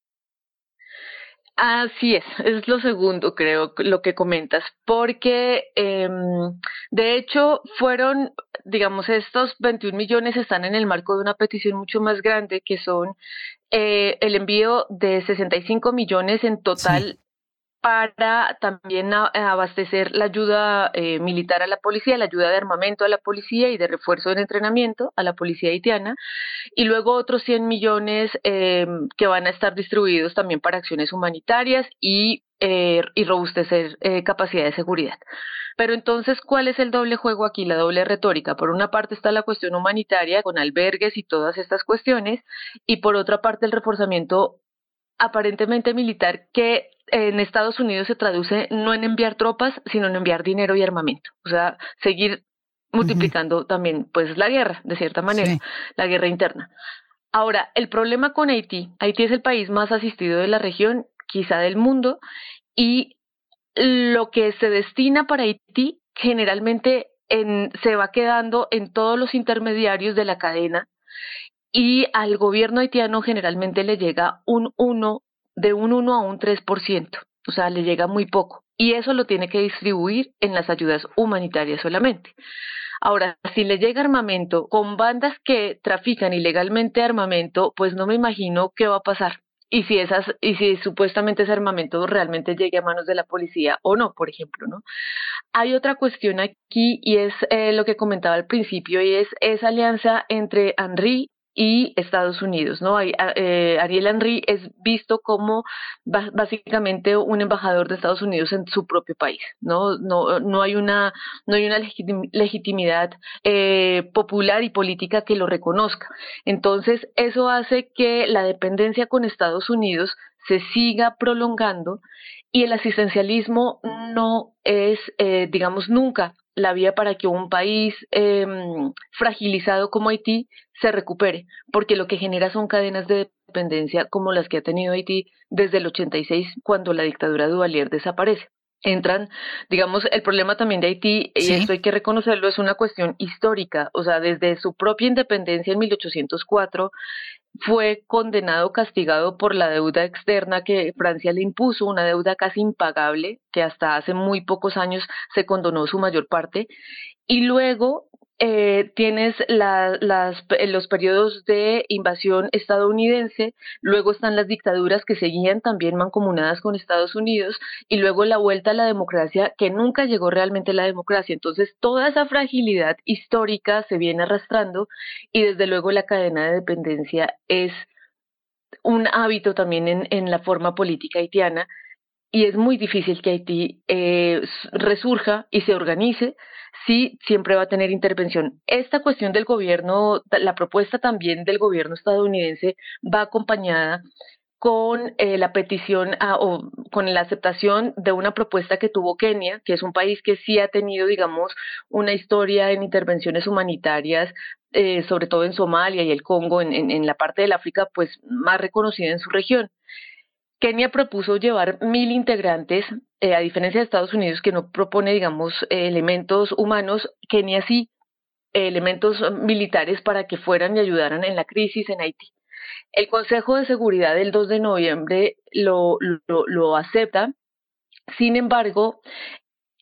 Así es lo segundo, creo, lo que comentas, porque de hecho fueron, digamos, estos 21 millones están en el marco de una petición mucho más grande, que son el envío de 65 millones en total. Sí. Para también abastecer la ayuda militar a la policía, la ayuda de armamento a la policía y de refuerzo de entrenamiento a la policía haitiana, y luego otros 100 millones que van a estar distribuidos también para acciones humanitarias y robustecer capacidad de seguridad. Pero entonces, ¿cuál es el doble juego aquí, la doble retórica? Por una parte está la cuestión humanitaria con albergues y todas estas cuestiones, y por otra parte el reforzamiento aparentemente militar que en Estados Unidos se traduce no en enviar tropas, sino en enviar dinero y armamento. O sea, seguir multiplicando también pues la guerra, de cierta manera, la guerra interna. Ahora, el problema con Haití es el país más asistido de la región, quizá del mundo, y lo que se destina para Haití generalmente se va quedando en todos los intermediarios de la cadena, y al gobierno haitiano generalmente le llega de un 1 a un 3%, o sea, le llega muy poco, y eso lo tiene que distribuir en las ayudas humanitarias solamente. Ahora, si le llega armamento con bandas que trafican ilegalmente armamento, pues no me imagino qué va a pasar. Y si supuestamente ese armamento realmente llegue a manos de la policía o no, por ejemplo, ¿no? Hay otra cuestión aquí, y es lo que comentaba al principio, y es esa alianza entre Henry y Estados Unidos, ¿no? Ariel Henry es visto como básicamente un embajador de Estados Unidos en su propio país, ¿no? No hay una legitimidad popular y política que lo reconozca. Entonces, eso hace que la dependencia con Estados Unidos se siga prolongando, y el asistencialismo no es, digamos, nunca la vía para que un país fragilizado como Haití se recupere, porque lo que genera son cadenas de dependencia como las que ha tenido Haití desde el 86, cuando la dictadura de Duvalier desaparece. Entran, digamos, el problema también de Haití, y esto hay que reconocerlo, es una cuestión histórica. O sea, desde su propia independencia en 1804, fue condenado, castigado por la deuda externa que Francia le impuso, una deuda casi impagable, que hasta hace muy pocos años se condonó su mayor parte, y luego tienes los periodos de invasión estadounidense, luego están las dictaduras que seguían también mancomunadas con Estados Unidos, y luego la vuelta a la democracia, que nunca llegó realmente la democracia. Entonces toda esa fragilidad histórica se viene arrastrando, y desde luego la cadena de dependencia es un hábito también en la forma política haitiana, y es muy difícil que Haití resurja y se organice si siempre va a tener intervención. Esta cuestión del gobierno, la propuesta también del gobierno estadounidense va acompañada con la petición o con la aceptación de una propuesta que tuvo Kenia, que es un país que sí ha tenido, digamos, una historia en intervenciones humanitarias, sobre todo en Somalia y el Congo, en la parte del África, pues más reconocida en su región. Kenia propuso llevar 1,000 integrantes, a diferencia de Estados Unidos, que no propone, digamos, elementos humanos. Kenia sí, elementos militares para que fueran y ayudaran en la crisis en Haití. El Consejo de Seguridad del 2 de noviembre lo acepta. Sin embargo,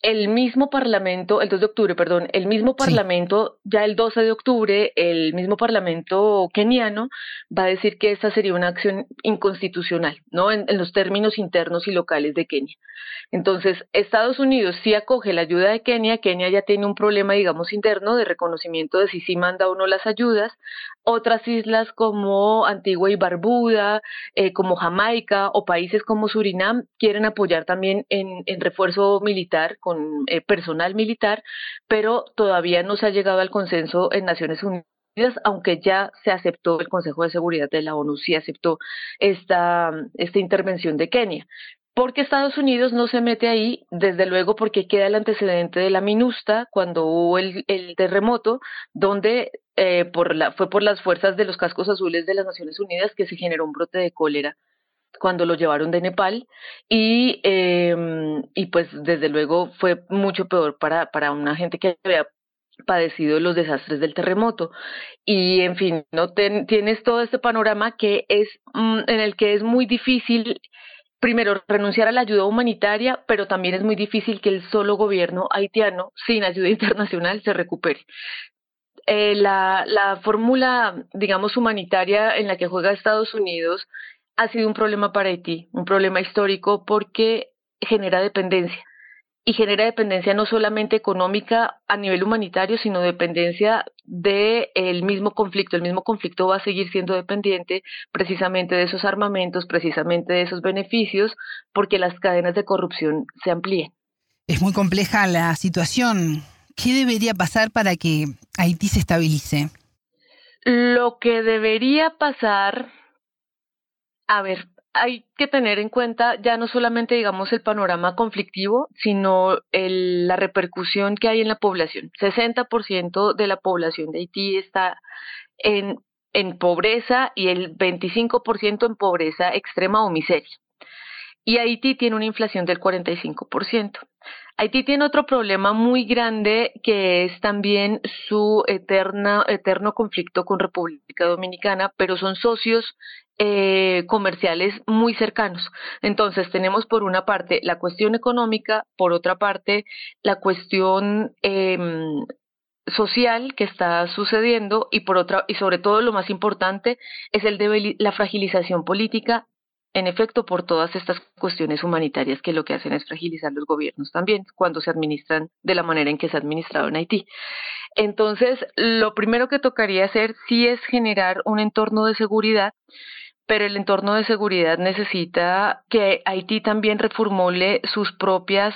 el mismo Parlamento, el 2 de octubre, perdón, el mismo Parlamento, ya el 12 de octubre, el mismo Parlamento keniano va a decir que esta sería una acción inconstitucional, ¿no? En los términos internos y locales de Kenia. Entonces, Estados Unidos sí acoge la ayuda de Kenia. Kenia ya tiene un problema, digamos, interno de reconocimiento de si sí manda o no las ayudas. Otras islas como Antigua y Barbuda, como Jamaica o países como Surinam quieren apoyar también en refuerzo militar, con personal militar, pero todavía no se ha llegado al consenso en Naciones Unidas, aunque ya se aceptó, el Consejo de Seguridad de la ONU sí aceptó esta intervención de Kenia. Porque Estados Unidos no se mete ahí, desde luego porque queda el antecedente de la MINUSTA, cuando hubo el terremoto, donde fue por las fuerzas de los cascos azules de las Naciones Unidas que se generó un brote de cólera cuando lo llevaron de Nepal, y pues desde luego fue mucho peor para una gente que había padecido los desastres del terremoto. Y en fin, no tienes todo este panorama que es en el que es muy difícil, primero, renunciar a la ayuda humanitaria, pero también es muy difícil que el solo gobierno haitiano, sin ayuda internacional, se recupere. La fórmula, digamos, humanitaria en la que juega Estados Unidos ha sido un problema para Haití, un problema histórico, porque genera dependencia. Y genera dependencia no solamente económica a nivel humanitario, sino dependencia del mismo conflicto. El mismo conflicto va a seguir siendo dependiente precisamente de esos armamentos, precisamente de esos beneficios, porque las cadenas de corrupción se amplíen. Es muy compleja la situación. ¿Qué debería pasar para que Haití se estabilice? Lo que debería pasar, a ver, hay que tener en cuenta ya no solamente, digamos, el panorama conflictivo, sino la repercusión que hay en la población. 60% de la población de Haití está en pobreza y el 25% en pobreza extrema o miseria. Y Haití tiene una inflación del 45%. Haití tiene otro problema muy grande, que es también su eterno conflicto con República Dominicana, pero son socios comerciales muy cercanos. Entonces tenemos por una parte la cuestión económica, por otra parte la cuestión social que está sucediendo, y por otra, y sobre todo lo más importante es la fragilización política, en efecto, por todas estas cuestiones humanitarias que lo que hacen es fragilizar los gobiernos también cuando se administran de la manera en que se ha administrado en Haití. Entonces, lo primero que tocaría hacer sí es generar un entorno de seguridad, pero el entorno de seguridad necesita que Haití también reformule sus propias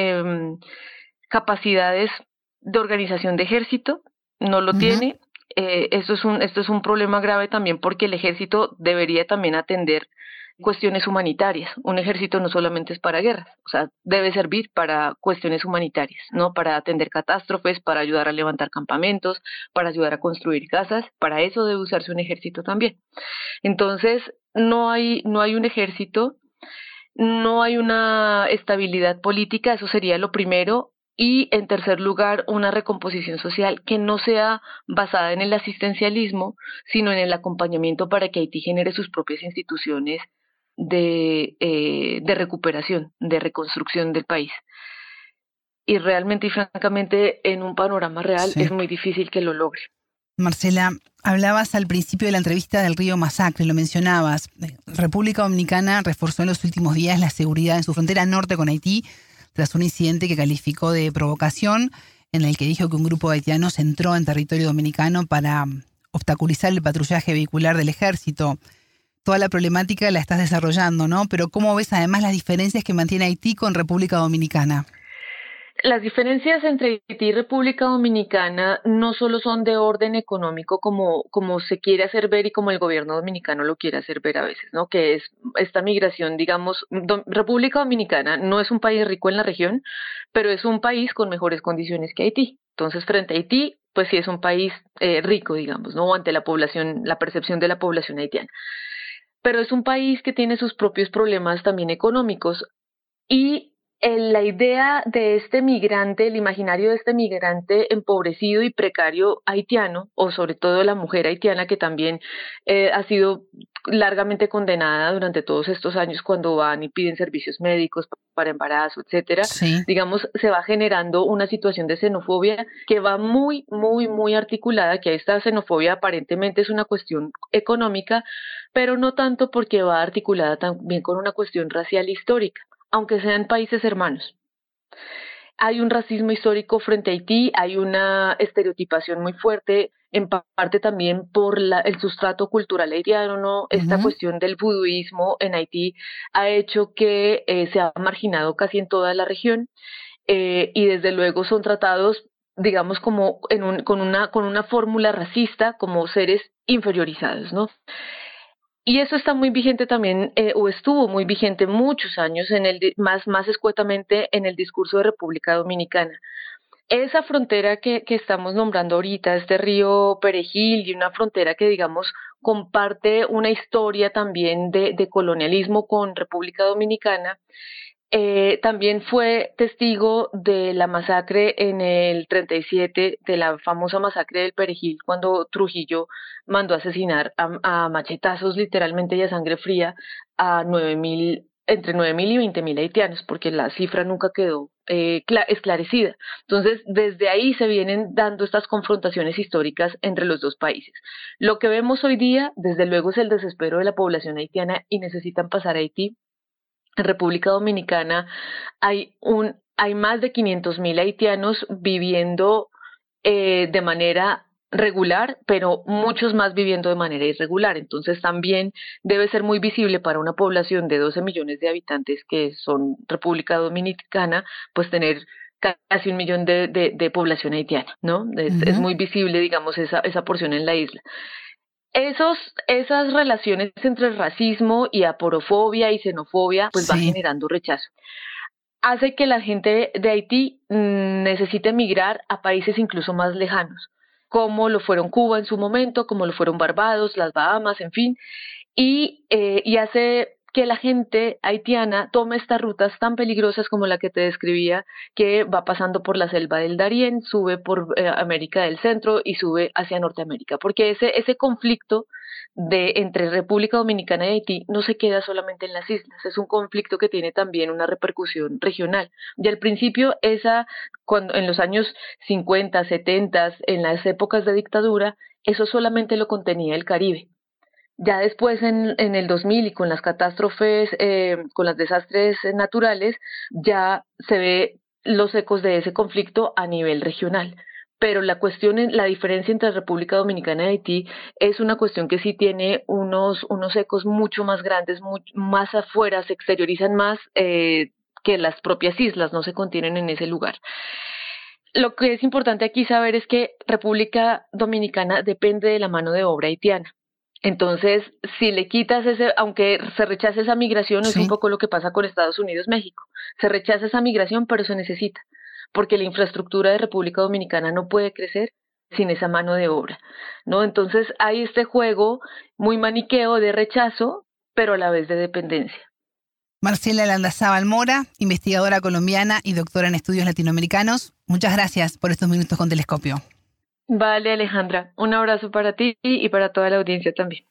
capacidades de organización de ejército. No lo tiene. Esto es un problema grave también, porque el ejército debería también atender cuestiones humanitarias. Un ejército no solamente es para guerras, o sea, debe servir para cuestiones humanitarias, ¿no? Para atender catástrofes, para ayudar a levantar campamentos, para ayudar a construir casas. Para eso debe usarse un ejército también. Entonces, no hay un ejército, no hay una estabilidad política, eso sería lo primero. Y en tercer lugar, una recomposición social que no sea basada en el asistencialismo, sino en el acompañamiento para que Haití genere sus propias instituciones de recuperación, de reconstrucción del país. Y realmente y francamente, en un panorama real, es muy difícil que lo logre. Marcela, hablabas al principio de la entrevista del río Masacre, lo mencionabas. República Dominicana reforzó en los últimos días la seguridad en su frontera norte con Haití, tras un incidente que calificó de provocación, en el que dijo que un grupo de haitianos entró en territorio dominicano para obstaculizar el patrullaje vehicular del ejército. Toda la problemática la estás desarrollando, ¿no? Pero ¿cómo ves además las diferencias que mantiene Haití con República Dominicana? Las diferencias entre Haití y República Dominicana no solo son de orden económico, como se quiere hacer ver y como el gobierno dominicano lo quiere hacer ver a veces, ¿no? Que es esta migración, digamos, República Dominicana no es un país rico en la región, pero es un país con mejores condiciones que Haití. Entonces, frente a Haití, pues sí es un país rico, digamos, ¿no? Ante la población, la percepción de la población haitiana. Pero es un país que tiene sus propios problemas también económicos, y la idea de este migrante, el imaginario de este migrante empobrecido y precario haitiano, o sobre todo la mujer haitiana que también ha sido largamente condenada durante todos estos años cuando van y piden servicios médicos para embarazo, etcétera, Sí. digamos, se va generando una situación de xenofobia que va muy, muy, muy articulada, que esta xenofobia aparentemente es una cuestión económica, pero no tanto porque va articulada también con una cuestión racial histórica, aunque sean países hermanos. Hay un racismo histórico frente a Haití, hay una estereotipación muy fuerte, en parte también por el sustrato cultural haitiano, ¿no? Esta cuestión del vuduismo en Haití ha hecho que se ha marginado casi en toda la región, y desde luego son tratados, digamos, como con una fórmula racista, como seres inferiorizados, ¿no? Y eso está muy vigente también, o estuvo muy vigente muchos años, más escuetamente en el discurso de República Dominicana. Esa frontera que estamos nombrando ahorita, este río Perejil, y una frontera que, digamos, comparte una historia también de colonialismo con República Dominicana, también fue testigo de la masacre en el 37, de la famosa masacre del Perejil, cuando Trujillo mandó asesinar a machetazos literalmente y a sangre fría a entre 9.000 y 20.000 haitianos, porque la cifra nunca quedó esclarecida. Entonces, desde ahí se vienen dando estas confrontaciones históricas entre los dos países. Lo que vemos hoy día, desde luego, es el desespero de la población haitiana y necesitan pasar a Haití. En República Dominicana hay más de 500.000 haitianos viviendo de manera regular, pero muchos más viviendo de manera irregular. Entonces también debe ser muy visible para una población de 12 millones de habitantes que son República Dominicana, pues tener casi 1 millón de población haitiana, ¿no? Es muy visible, digamos, esa porción en la isla. Esas relaciones entre racismo y aporofobia y xenofobia pues va generando rechazo. Hace que la gente de Haití necesite emigrar a países incluso más lejanos, como lo fueron Cuba en su momento, como lo fueron Barbados, las Bahamas, en fin, y hace que la gente haitiana tome estas rutas tan peligrosas como la que te describía, que va pasando por la selva del Darién, sube por América del Centro y sube hacia Norteamérica, porque ese conflicto entre República Dominicana y Haití no se queda solamente en las islas, es un conflicto que tiene también una repercusión regional. Y al principio, cuando en los años 50, 70, en las épocas de dictadura, eso solamente lo contenía el Caribe. Ya después, en el 2000 y con las catástrofes, con los desastres naturales, ya se ve los ecos de ese conflicto a nivel regional. Pero la diferencia entre República Dominicana y Haití es una cuestión que sí tiene unos ecos mucho más grandes, más afuera, se exteriorizan más que las propias islas, no se contienen en ese lugar. Lo que es importante aquí saber es que República Dominicana depende de la mano de obra haitiana. Entonces, si le quitas aunque se rechace esa migración, es un poco lo que pasa con Estados Unidos, México. Se rechaza esa migración, pero se necesita, porque la infraestructura de República Dominicana no puede crecer sin esa mano de obra, ¿no? Entonces, hay este juego muy maniqueo de rechazo, pero a la vez de dependencia. Marcela Landazábal Mora, investigadora colombiana y doctora en estudios latinoamericanos, muchas gracias por estos minutos con Telescopio. Vale, Alejandra, un abrazo para ti y para toda la audiencia también.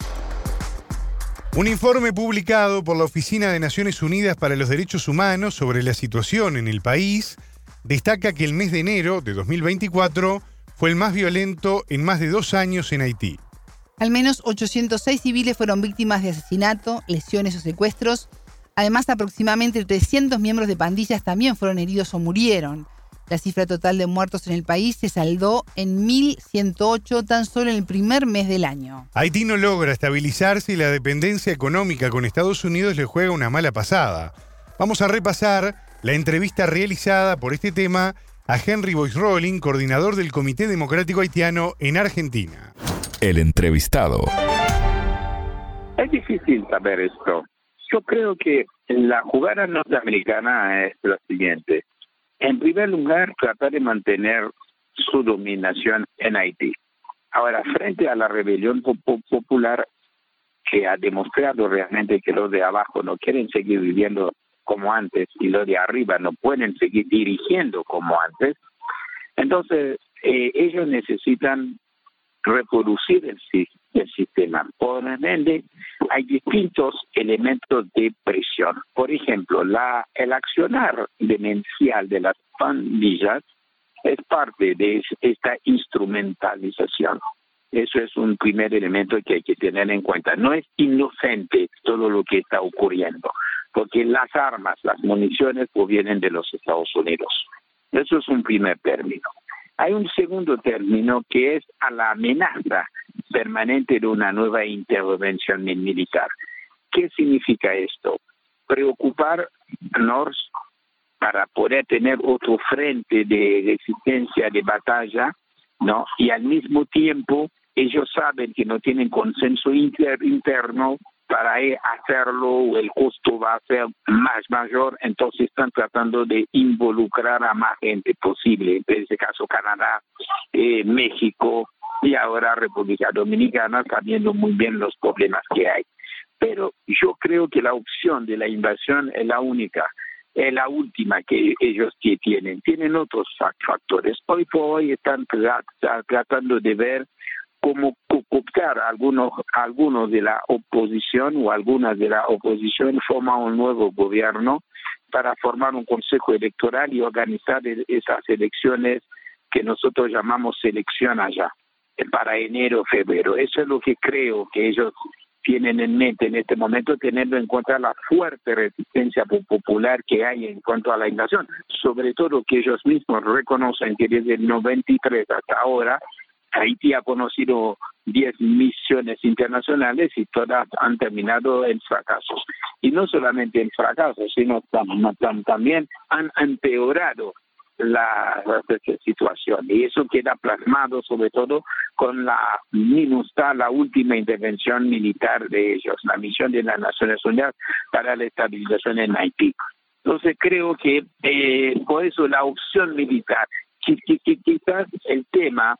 Un informe publicado por la Oficina de Naciones Unidas para los Derechos Humanos sobre la situación en el país destaca que el mes de enero de 2024 fue el más violento en más de 2 años en Haití. Al menos 806 civiles fueron víctimas de asesinato, lesiones o secuestros. Además, aproximadamente 300 miembros de pandillas también fueron heridos o murieron. La cifra total de muertos en el país se saldó en 1.108 tan solo en el primer mes del año. Haití no logra estabilizarse y la dependencia económica con Estados Unidos le juega una mala pasada. Vamos a repasar la entrevista realizada por este tema a Henry Boyce Rawlings, coordinador del Comité Democrático Haitiano en Argentina. El entrevistado. Es difícil saber esto. Yo creo que la jugada norteamericana es la siguiente. En primer lugar, tratar de mantener su dominación en Haití. Ahora, frente a la rebelión popular que ha demostrado realmente que los de abajo no quieren seguir viviendo como antes y los de arriba no pueden seguir dirigiendo como antes, entonces ellos necesitan reproducir el sistema. Por ende, hay distintos elementos de presión. Por ejemplo, el accionar demencial de las pandillas es parte de esta instrumentalización. Eso es un primer elemento que hay que tener en cuenta. No es inocente todo lo que está ocurriendo, porque las armas, las municiones provienen de los Estados Unidos. Eso es un primer término. Hay un segundo término que es a la amenaza permanente de una nueva intervención militar. ¿Qué significa esto? Preocuparnos para poder tener otro frente de resistencia, de batalla, ¿no? Y al mismo tiempo ellos saben que no tienen consenso interno para hacerlo, el costo va a ser más mayor, entonces están tratando de involucrar a más gente posible, en este caso Canadá, México y ahora República Dominicana, sabiendo muy bien los problemas que hay. Pero yo creo que la opción de la invasión es la única, es la última que ellos tienen. Tienen otros factores. Hoy por hoy están tratando de ver cómo cooptar algunos de la oposición o algunas de la oposición, forman un nuevo gobierno para formar un consejo electoral y organizar esas elecciones que nosotros llamamos elección allá, para enero, febrero. Eso es lo que creo que ellos tienen en mente en este momento, teniendo en cuenta la fuerte resistencia popular que hay en cuanto a la invasión, sobre todo que ellos mismos reconocen que desde el 93 hasta ahora Haití ha conocido 10 misiones internacionales y todas han terminado en fracasos. Y no solamente en fracasos, sino también han empeorado la situación. Y eso queda plasmado sobre todo con la MINUSTAH, la última intervención militar de ellos, la misión de las Naciones Unidas para la estabilización en Haití. Entonces creo que por eso la opción militar, quizás el tema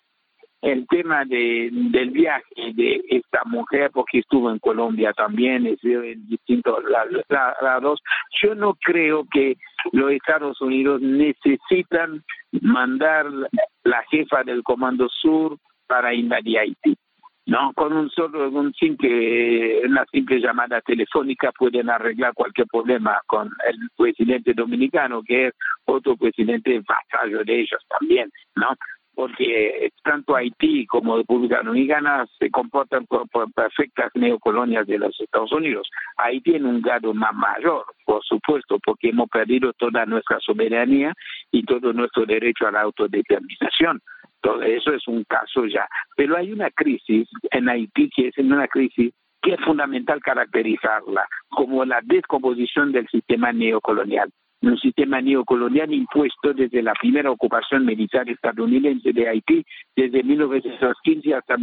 del viaje de esta mujer, porque estuvo en Colombia también, estuvo en distintos lados, yo no creo que los Estados Unidos necesitan mandar la jefa del Comando Sur para invadir Haití. No, con una simple llamada telefónica pueden arreglar cualquier problema con el presidente dominicano, que es otro presidente vasallo de ellos también, ¿no? Porque tanto Haití como República Dominicana se comportan por perfectas neocolonias de los Estados Unidos. Haití tiene un grado más mayor, por supuesto, porque hemos perdido toda nuestra soberanía y todo nuestro derecho a la autodeterminación. Todo eso es un caso ya. Pero hay una crisis en Haití que es una crisis que es fundamental caracterizarla como la descomposición del sistema neocolonial. Un sistema neocolonial impuesto desde la primera ocupación militar estadounidense de Haití desde 1915 hasta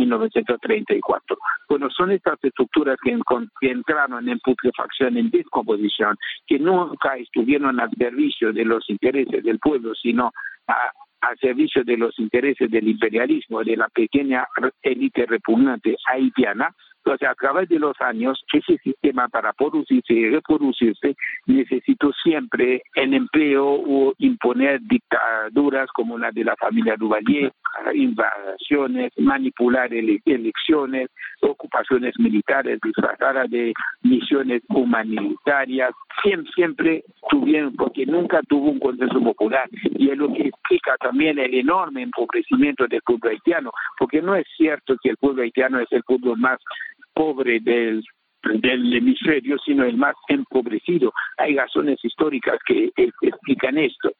1934. Bueno, son estas estructuras que entraron en putrefacción, en descomposición, que nunca estuvieron al servicio de los intereses del pueblo, sino al servicio de los intereses del imperialismo, de la pequeña élite repugnante haitiana. Entonces, a través de los años, ese sistema para producirse y reproducirse necesitó siempre el empleo o imponer dictaduras como la de la familia Duvalier, invasiones, manipular elecciones, ocupaciones militares disfrazadas de misiones humanitarias. Siempre tuvieron, porque nunca tuvo un consenso popular. Y es lo que explica también el enorme empobrecimiento del pueblo haitiano, porque no es cierto que el pueblo haitiano es el pueblo más pobre del hemisferio, sino el más empobrecido. Hay razones históricas que explican esto.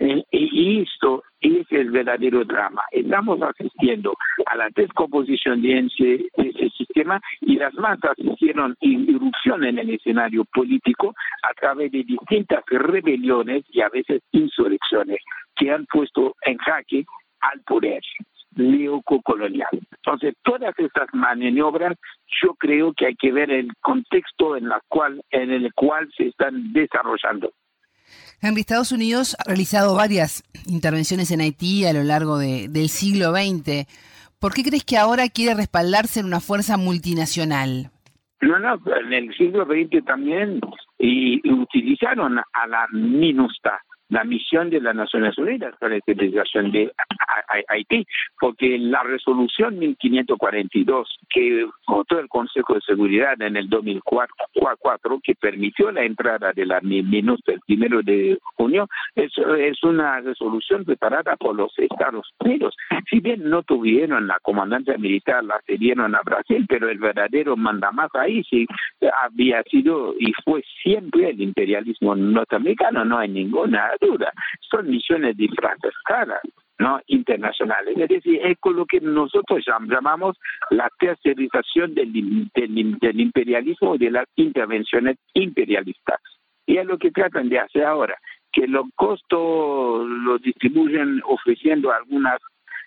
Y esto es el verdadero drama. Estamos asistiendo a la descomposición de ese sistema y las masas hicieron irrupción en el escenario político a través de distintas rebeliones y a veces insurrecciones que han puesto en jaque al poder neocolonial. Entonces, todas estas maniobras, yo creo que hay que ver el contexto en el cual se están desarrollando. Henry, Estados Unidos ha realizado varias intervenciones en Haití a lo largo del siglo XX. ¿Por qué crees que ahora quiere respaldarse en una fuerza multinacional? No, en el siglo XX también y utilizaron a la MINUSTA, la misión de las Naciones Unidas para la estabilización de Haití, porque la resolución 1542 que votó el Consejo de Seguridad en el 2004, que permitió la entrada de la MINUSTA el 1 de junio, es una resolución preparada por los Estados Unidos. Si bien no tuvieron la comandancia militar, la cedieron a Brasil, pero el verdadero mandamás ahí sí había sido y fue siempre el imperialismo norteamericano, no hay ninguna duda. Son misiones de escala, ¿no? Internacionales. Es decir, es con lo que nosotros llamamos la tercerización del imperialismo y de las intervenciones imperialistas. Y es lo que tratan de hacer ahora, que los costos los distribuyen ofreciendo algunas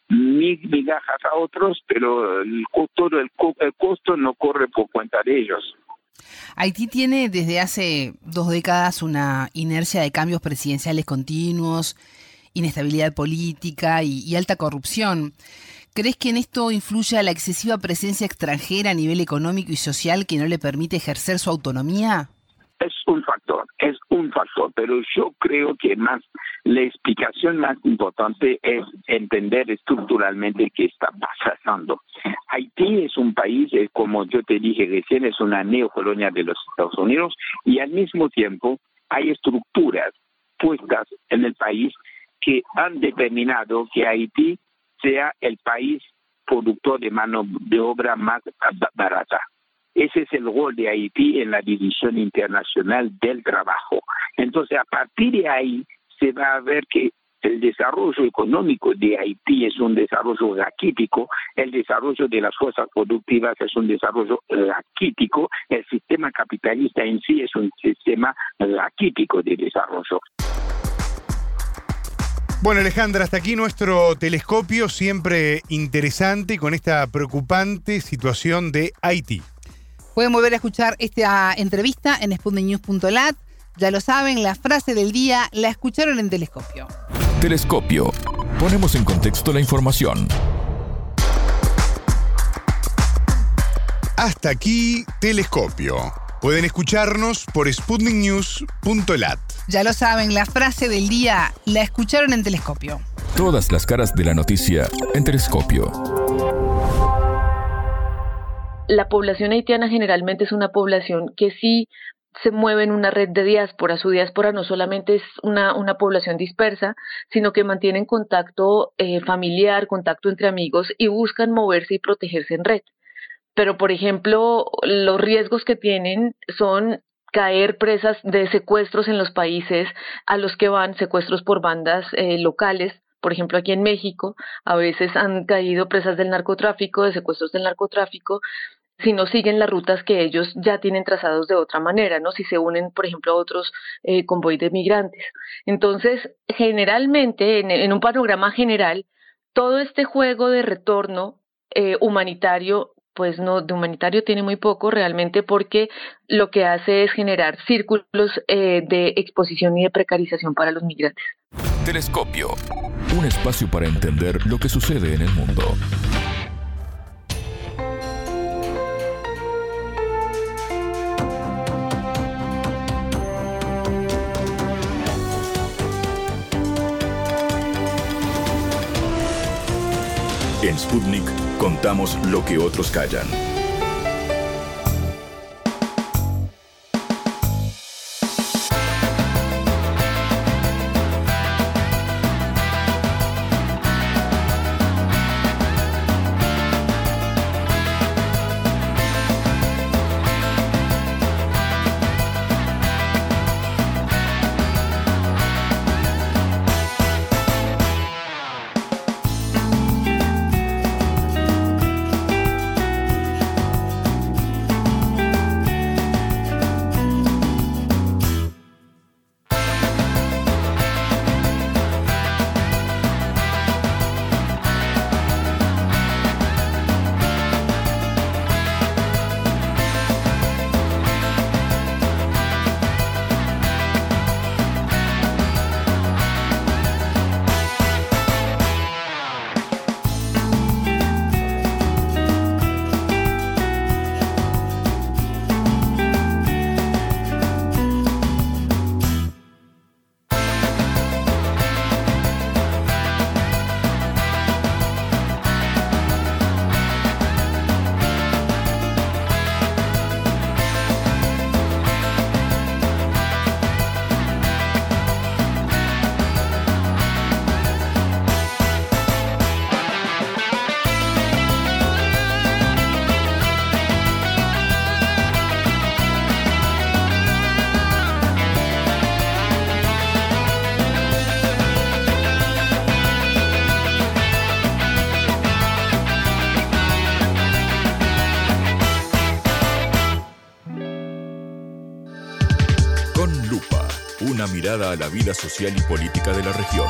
migajas a otros, pero el costo no corre por cuenta de ellos. Haití tiene desde hace 2 décadas una inercia de cambios presidenciales continuos, inestabilidad política y alta corrupción. ¿Crees que en esto influye la excesiva presencia extranjera a nivel económico y social que no le permite ejercer su autonomía? Es un factor, pero yo creo que la explicación más importante es entender estructuralmente qué está pasando. Haití es un país, como yo te dije recién, es una neocolonia de los Estados Unidos y al mismo tiempo hay estructuras puestas en el país que han determinado que Haití sea el país productor de mano de obra más barata. Ese es el rol de Haití en la División Internacional del Trabajo. Entonces, a partir de ahí se va a ver que el desarrollo económico de Haití es un desarrollo raquítico, el desarrollo de las fuerzas productivas es un desarrollo raquítico, el sistema capitalista en sí es un sistema raquítico de desarrollo. Bueno, Alejandra, hasta aquí nuestro telescopio, siempre interesante con esta preocupante situación de Haití. Pueden volver a escuchar esta entrevista en sputniknews.lat. Ya lo saben, la frase del día la escucharon en Telescopio. Telescopio. Ponemos en contexto la información. Hasta aquí Telescopio. Pueden escucharnos por sputniknews.lat. Ya lo saben, la frase del día la escucharon en Telescopio. Todas las caras de la noticia en Telescopio. La población haitiana generalmente es una población que sí se mueve en una red de diáspora. Su diáspora no solamente es una población dispersa, sino que mantienen contacto familiar, contacto entre amigos y buscan moverse y protegerse en red. Pero, por ejemplo, los riesgos que tienen son caer presas de secuestros en los países a los que van, secuestros por bandas locales. Por ejemplo, aquí en México, a veces han caído presas del narcotráfico, de secuestros del narcotráfico, si no siguen las rutas que ellos ya tienen trazados de otra manera, ¿no? Si se unen, por ejemplo, a otros convoys de migrantes. Entonces, generalmente, en un panorama general, todo este juego de retorno humanitario, pues no, de humanitario tiene muy poco realmente, porque lo que hace es generar círculos de exposición y de precarización para los migrantes. Telescopio. Un espacio para entender lo que sucede en el mundo. En Sputnik contamos lo que otros callan. Con lupa, una mirada a la vida social y política de la región.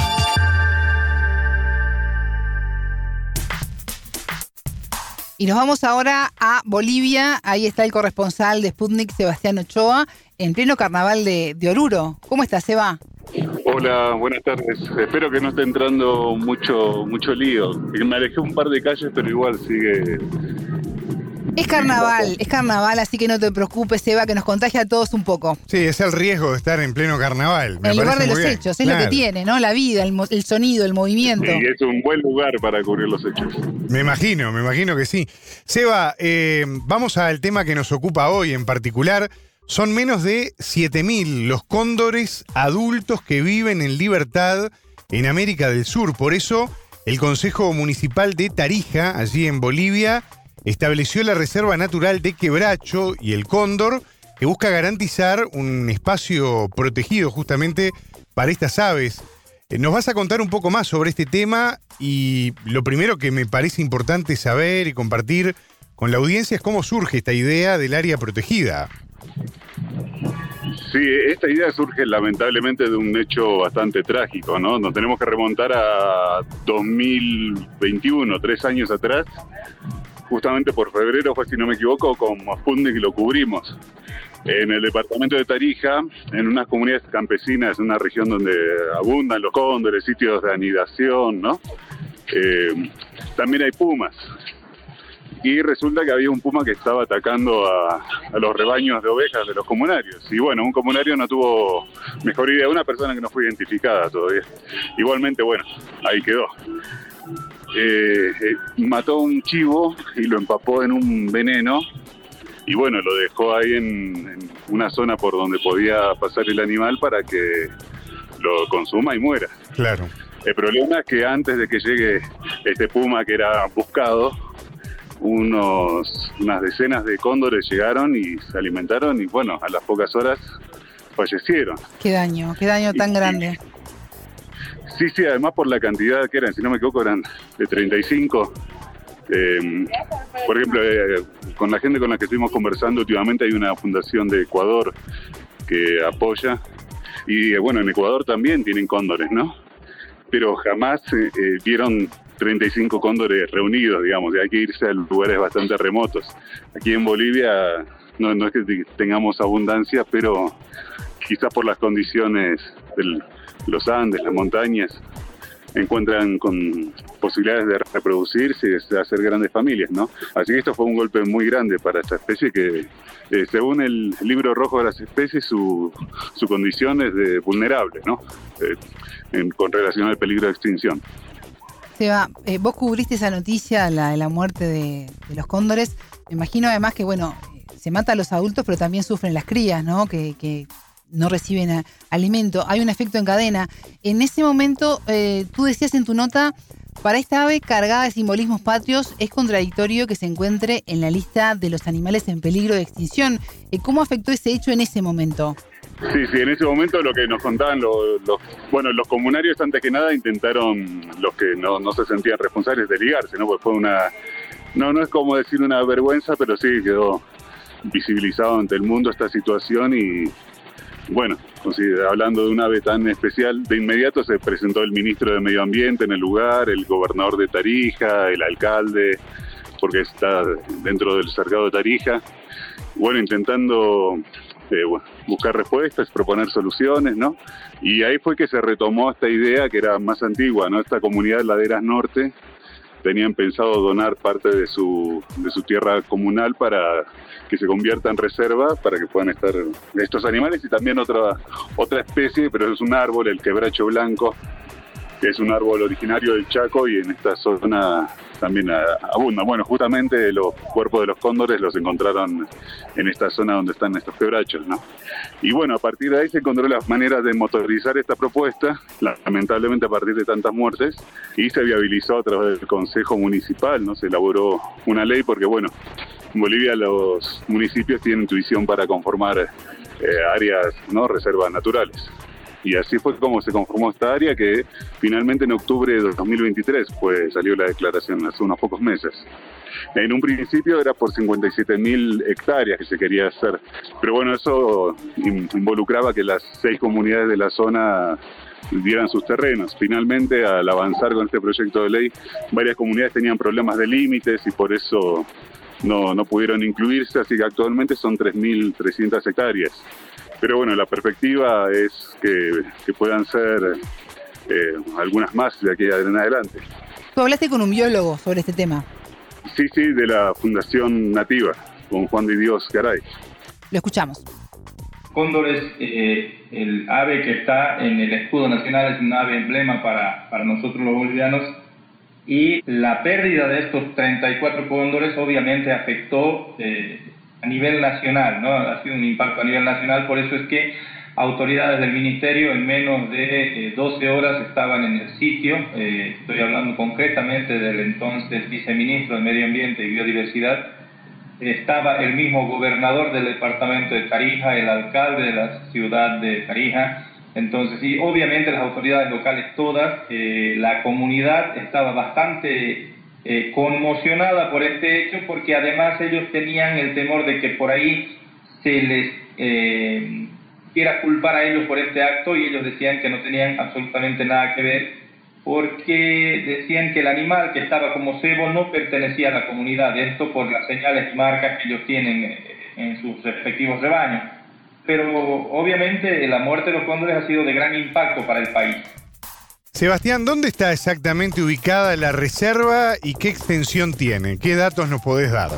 Y nos vamos ahora a Bolivia. Ahí está el corresponsal de Sputnik, Sebastián Ochoa, en pleno carnaval de Oruro. ¿Cómo estás, Seba? Hola, buenas tardes. Espero que no esté entrando mucho lío. Me alejé un par de calles, pero igual sigue. Es carnaval, así que no te preocupes, Seba, que nos contagia a todos un poco. Sí, es el riesgo de estar en pleno carnaval. En lugar de los hechos, es lo que tiene, ¿no? La vida, el sonido, el movimiento. Sí, es un buen lugar para cubrir los hechos. Me imagino que sí. Seba, vamos al tema que nos ocupa hoy en particular. Son menos de 7.000 los cóndores adultos que viven en libertad en América del Sur. Por eso, el Consejo Municipal de Tarija, allí en Bolivia, estableció la Reserva Natural de Quebracho y el Cóndor, que busca garantizar un espacio protegido justamente para estas aves. Nos vas a contar un poco más sobre este tema y lo primero que me parece importante saber y compartir con la audiencia es cómo surge esta idea del área protegida. Sí, esta idea surge lamentablemente de un hecho bastante trágico, ¿no? Nos tenemos que remontar a 2021, 3 años atrás. Justamente por febrero fue, si no me equivoco, con Sputnik lo cubrimos. En el departamento de Tarija, en unas comunidades campesinas, en una región donde abundan los cóndores, sitios de anidación, ¿no? También hay pumas. Y resulta que había un puma que estaba atacando a los rebaños de ovejas de los comunarios. Y bueno, un comunario no tuvo mejor idea, una persona que no fue identificada todavía. Igualmente, bueno, ahí quedó. Mató a un chivo y lo empapó en un veneno y bueno, lo dejó ahí en una zona por donde podía pasar el animal para que lo consuma y muera. Claro. El problema es que antes de que llegue este puma que era buscado, unas decenas de cóndores llegaron y se alimentaron y bueno, a las pocas horas fallecieron. Qué daño tan grande. Sí, además por la cantidad que eran, si no me equivoco, eran de 35. Por ejemplo, con la gente con la que estuvimos conversando últimamente hay una fundación de Ecuador que apoya. Y bueno, en Ecuador también tienen cóndores, ¿no? Pero jamás vieron 35 cóndores reunidos, digamos, y hay que irse a lugares bastante remotos. Aquí en Bolivia no es que tengamos abundancia, pero quizás por las condiciones de los Andes, las montañas, encuentran con posibilidades de reproducirse y de hacer grandes familias, ¿no? Así que esto fue un golpe muy grande para esta especie que, según el libro rojo de las especies, su condición es de vulnerable, ¿no? Con relación al peligro de extinción. Seba, vos cubriste esa noticia, la muerte de los cóndores. Me imagino además que, bueno, se mata a los adultos, pero también sufren las crías, ¿no? Que no reciben alimento. Hay un efecto en cadena. En ese momento, tú decías en tu nota, para esta ave cargada de simbolismos patrios, es contradictorio que se encuentre en la lista de los animales en peligro de extinción. ¿Cómo afectó ese hecho en ese momento? Sí, en ese momento lo que nos contaban los comunarios, antes que nada, intentaron, los que no se sentían responsables, de ligarse, ¿no? Porque fue no es como decir una vergüenza, pero sí quedó visibilizado ante el mundo esta situación y bueno, hablando de una ave tan especial, de inmediato se presentó el ministro de Medio Ambiente en el lugar, el gobernador de Tarija, el alcalde, porque está dentro del cercado de Tarija, bueno, intentando buscar respuestas, proponer soluciones, ¿no? Y ahí fue que se retomó esta idea que era más antigua, ¿no? Esta comunidad de Laderas Norte tenían pensado donar parte de su tierra comunal para que se convierta en reserva, para que puedan estar estos animales y también otra especie, pero es un árbol, el quebracho blanco, que es un árbol originario del Chaco y en esta zona también abunda. Bueno, justamente los cuerpos de los cóndores los encontraron en esta zona donde están estos quebrachos, ¿no? Y bueno, a partir de ahí se encontró las maneras de motorizar esta propuesta, lamentablemente a partir de tantas muertes, y se viabilizó a través del Consejo Municipal, ¿no? Se elaboró una ley porque, bueno, en Bolivia los municipios tienen intuición para conformar áreas, ¿no? Reservas naturales. Y así fue como se conformó esta área que finalmente en octubre de 2023 salió la declaración hace unos pocos meses. En un principio era por 57.000 hectáreas que se quería hacer, pero bueno, eso involucraba que las 6 comunidades de la zona dieran sus terrenos. Finalmente, al avanzar con este proyecto de ley, varias comunidades tenían problemas de límites y por eso no pudieron incluirse, así que actualmente son 3.300 hectáreas. Pero bueno, la perspectiva es que puedan ser algunas más de aquí en adelante. Tú hablaste con un biólogo sobre este tema. Sí, de la Fundación Nativa, con Juan de Dios Garay. Lo escuchamos. Cóndor es el ave que está en el escudo nacional, es un ave emblema para nosotros los bolivianos, y la pérdida de estos 34 cóndores obviamente afectó a nivel nacional, ¿no? Ha sido un impacto a nivel nacional, por eso es que autoridades del ministerio en menos de 12 horas estaban en el sitio. Estoy hablando concretamente del entonces viceministro de Medio Ambiente y Biodiversidad. Estaba el mismo gobernador del departamento de Tarija, el alcalde de la ciudad de Tarija. Entonces, y obviamente las autoridades locales todas, la comunidad estaba bastante conmocionada por este hecho, porque además ellos tenían el temor de que por ahí se les quiera culpar a ellos por este acto, y ellos decían que no tenían absolutamente nada que ver, porque decían que el animal que estaba como cebo no pertenecía a la comunidad, esto por las señales y marcas que ellos tienen en sus respectivos rebaños. Pero obviamente la muerte de los cóndores ha sido de gran impacto para el país. Sebastián, ¿dónde está exactamente ubicada la reserva y qué extensión tiene? ¿Qué datos nos podés dar?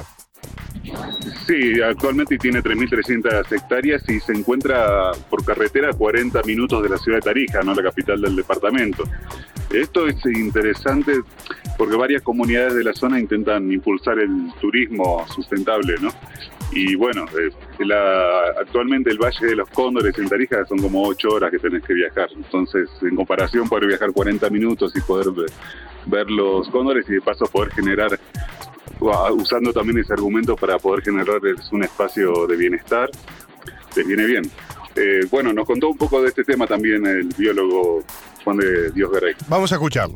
Sí, actualmente tiene 3.300 hectáreas y se encuentra por carretera a 40 minutos de la ciudad de Tarija, ¿no? La capital del departamento. Esto es interesante porque varias comunidades de la zona intentan impulsar el turismo sustentable, ¿no? Y bueno, actualmente el Valle de los Cóndores en Tarija son como 8 horas que tenés que viajar. Entonces, en comparación, poder viajar 40 minutos y poder ver los cóndores y de paso poder generar, usando también ese argumento para poder generar un espacio de bienestar, les viene bien. Bueno, nos contó un poco de este tema también el biólogo Juan de Dios Garay. Vamos a escucharlo.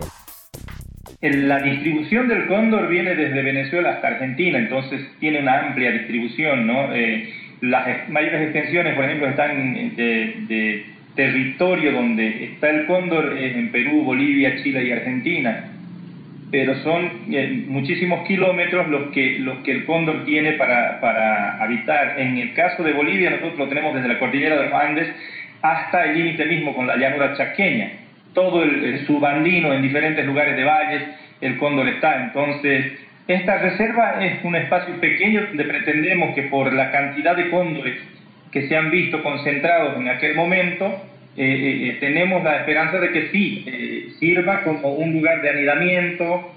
La distribución del cóndor viene desde Venezuela hasta Argentina, entonces tiene una amplia distribución, ¿no? Las mayores extensiones, por ejemplo, están de territorio donde está el cóndor en Perú, Bolivia, Chile y Argentina. Pero son muchísimos kilómetros los que el cóndor tiene para habitar. En el caso de Bolivia, nosotros lo tenemos desde la cordillera de los Andes hasta el límite mismo con la llanura chaqueña. Todo el subandino, en diferentes lugares de valles, el cóndor está. Entonces, esta reserva es un espacio pequeño donde pretendemos que por la cantidad de cóndores que se han visto concentrados en aquel momento, tenemos la esperanza de que sí sirva como un lugar de anidamiento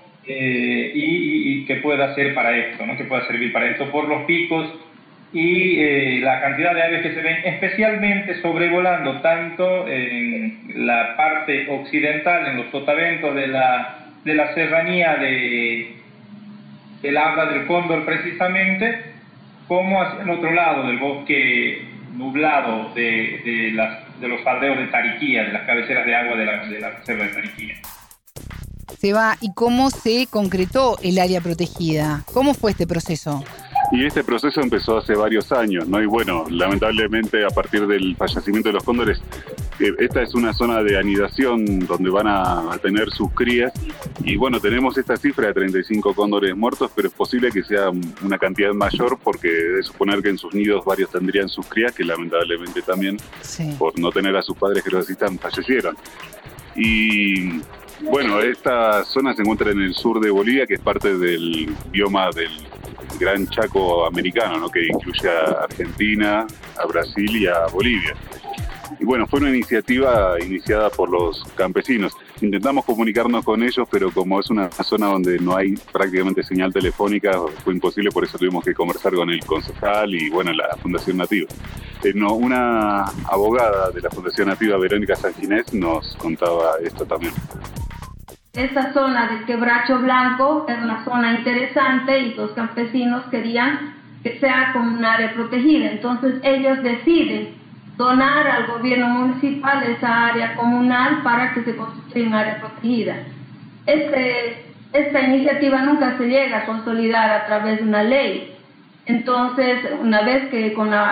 y que pueda ser para esto, ¿no? Que pueda servir para esto por los picos y la cantidad de aves que se ven, especialmente sobrevolando tanto en la parte occidental, en los sotaventos de la serranía del habla del cóndor precisamente, como hacia el otro lado del bosque nublado de los aldeos de Tariquía, de las cabeceras de agua de la reserva de Tariquía. Seba, ¿y cómo se concretó el área protegida? ¿Cómo fue este proceso? Y este proceso empezó hace varios años, ¿no? Y bueno, lamentablemente a partir del fallecimiento de los cóndores, esta es una zona de anidación donde van a tener sus crías. Y bueno, tenemos esta cifra de 35 cóndores muertos, pero es posible que sea una cantidad mayor porque de suponer que en sus nidos varios tendrían sus crías, que lamentablemente también, sí, por no tener a sus padres que los asistan, fallecieron. Y bueno, esta zona se encuentra en el sur de Bolivia, que es parte del bioma del Gran Chaco americano, ¿no? Que incluye a Argentina, a Brasil y a Bolivia. Y bueno, fue una iniciativa iniciada por los campesinos. Intentamos comunicarnos con ellos, pero como es una zona donde no hay prácticamente señal telefónica, fue imposible, por eso tuvimos que conversar con el concejal y bueno, la Fundación Nativa. Una abogada de la Fundación Nativa, Verónica Sanginés, nos contaba esto también. Esta zona del Quebracho Blanco es una zona interesante y los campesinos querían que sea como un área protegida. Entonces ellos deciden donar al gobierno municipal esa área comunal para que se construya un área protegida. Este esta iniciativa nunca se llega a consolidar a través de una ley. Entonces, una vez que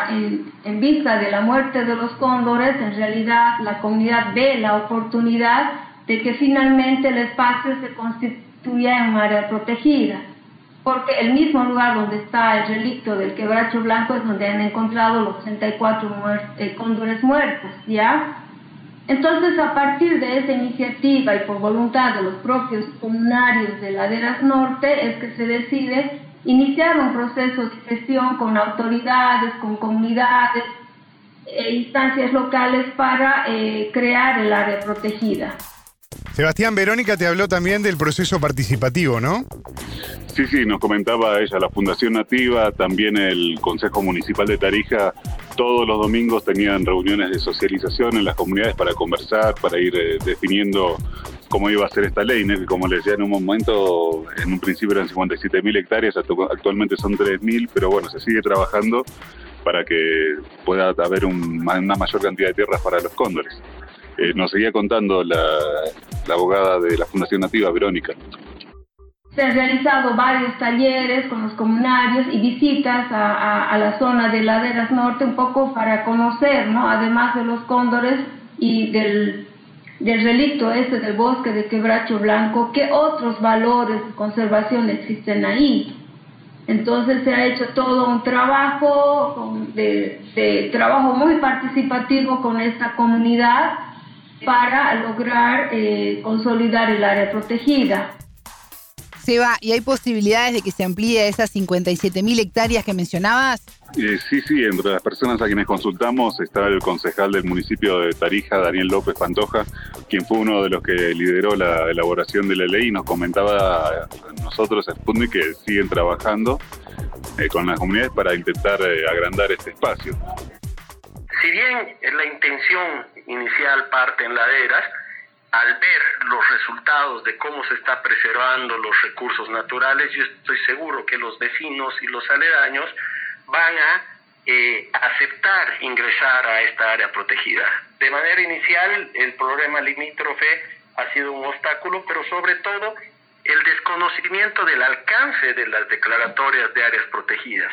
en vista de la muerte de los cóndores, en realidad la comunidad ve la oportunidad de que finalmente el espacio se constituya en un área protegida, porque el mismo lugar donde está el relicto del quebracho blanco es donde han encontrado los 64 cóndores muertos, ¿ya? Entonces, a partir de esa iniciativa y por voluntad de los propios comunarios de Laderas Norte, es que se decide iniciar un proceso de gestión con autoridades, con comunidades e instancias locales para crear el área protegida. Sebastián, Verónica te habló también del proceso participativo, ¿no? Sí, nos comentaba ella, la Fundación Nativa, también el Consejo Municipal de Tarija, todos los domingos tenían reuniones de socialización en las comunidades para conversar, para ir definiendo cómo iba a ser esta ley, ¿no? Que como les decía en un momento, en un principio eran 57.000 hectáreas, actualmente son 3.000, pero bueno, se sigue trabajando para que pueda haber una mayor cantidad de tierras para los cóndores. Nos seguía contando la abogada de la Fundación Nativa, Verónica. Se han realizado varios talleres con los comunarios y visitas a la zona de Laderas Norte, un poco para conocer, ¿no? Además de los cóndores y del relicto del bosque de quebracho blanco, qué otros valores de conservación existen ahí. Entonces se ha hecho todo un trabajo de trabajo muy participativo con esta comunidad para lograr consolidar el área protegida. Seba, ¿y hay posibilidades de que se amplíe esas 57.000 hectáreas que mencionabas? Sí, entre las personas a quienes consultamos está el concejal del municipio de Tarija, Daniel López Pantoja, quien fue uno de los que lideró la elaboración de la ley y nos comentaba a nosotros, a Sputnik, que siguen trabajando con las comunidades para intentar agrandar este espacio. Si bien la intención inicial parte en Laderas, al ver los resultados de cómo se está preservando los recursos naturales, yo estoy seguro que los vecinos y los aledaños van a aceptar ingresar a esta área protegida. De manera inicial, el problema limítrofe ha sido un obstáculo, pero sobre todo el desconocimiento del alcance de las declaratorias de áreas protegidas.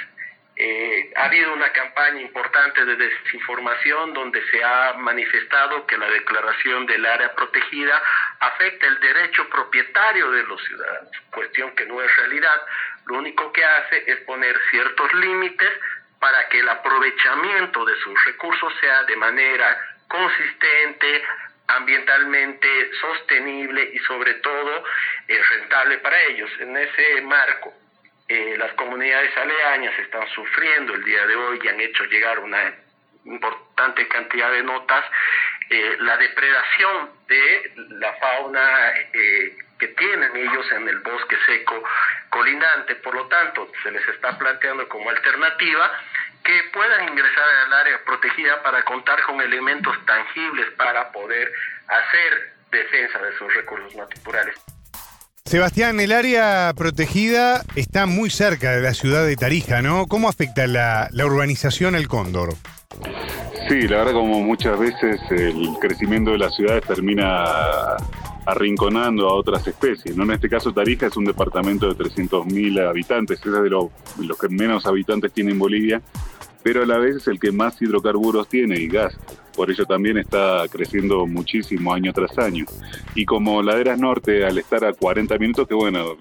Ha habido una campaña importante de desinformación donde se ha manifestado que la declaración del área protegida afecta el derecho propietario de los ciudadanos, cuestión que no es realidad. Lo único que hace es poner ciertos límites para que el aprovechamiento de sus recursos sea de manera consistente, ambientalmente sostenible y sobre todo rentable para ellos. En ese marco, las comunidades aledañas están sufriendo el día de hoy y han hecho llegar una importante cantidad de notas, la depredación de la fauna que tienen ellos en el bosque seco colindante. Por lo tanto, se les está planteando como alternativa que puedan ingresar al área protegida para contar con elementos tangibles para poder hacer defensa de sus recursos naturales. Sebastián, el área protegida está muy cerca de la ciudad de Tarija, ¿no? ¿Cómo afecta la urbanización al cóndor? Sí, la verdad, como muchas veces el crecimiento de las ciudades termina arrinconando a otras especies, ¿no? En este caso, Tarija es un departamento de 300.000 habitantes, es de los que menos habitantes tiene en Bolivia, pero a la vez es el que más hidrocarburos tiene y gas. Por ello también está creciendo muchísimo año tras año. Y como Laderas Norte, al estar a 40 minutos, que bueno,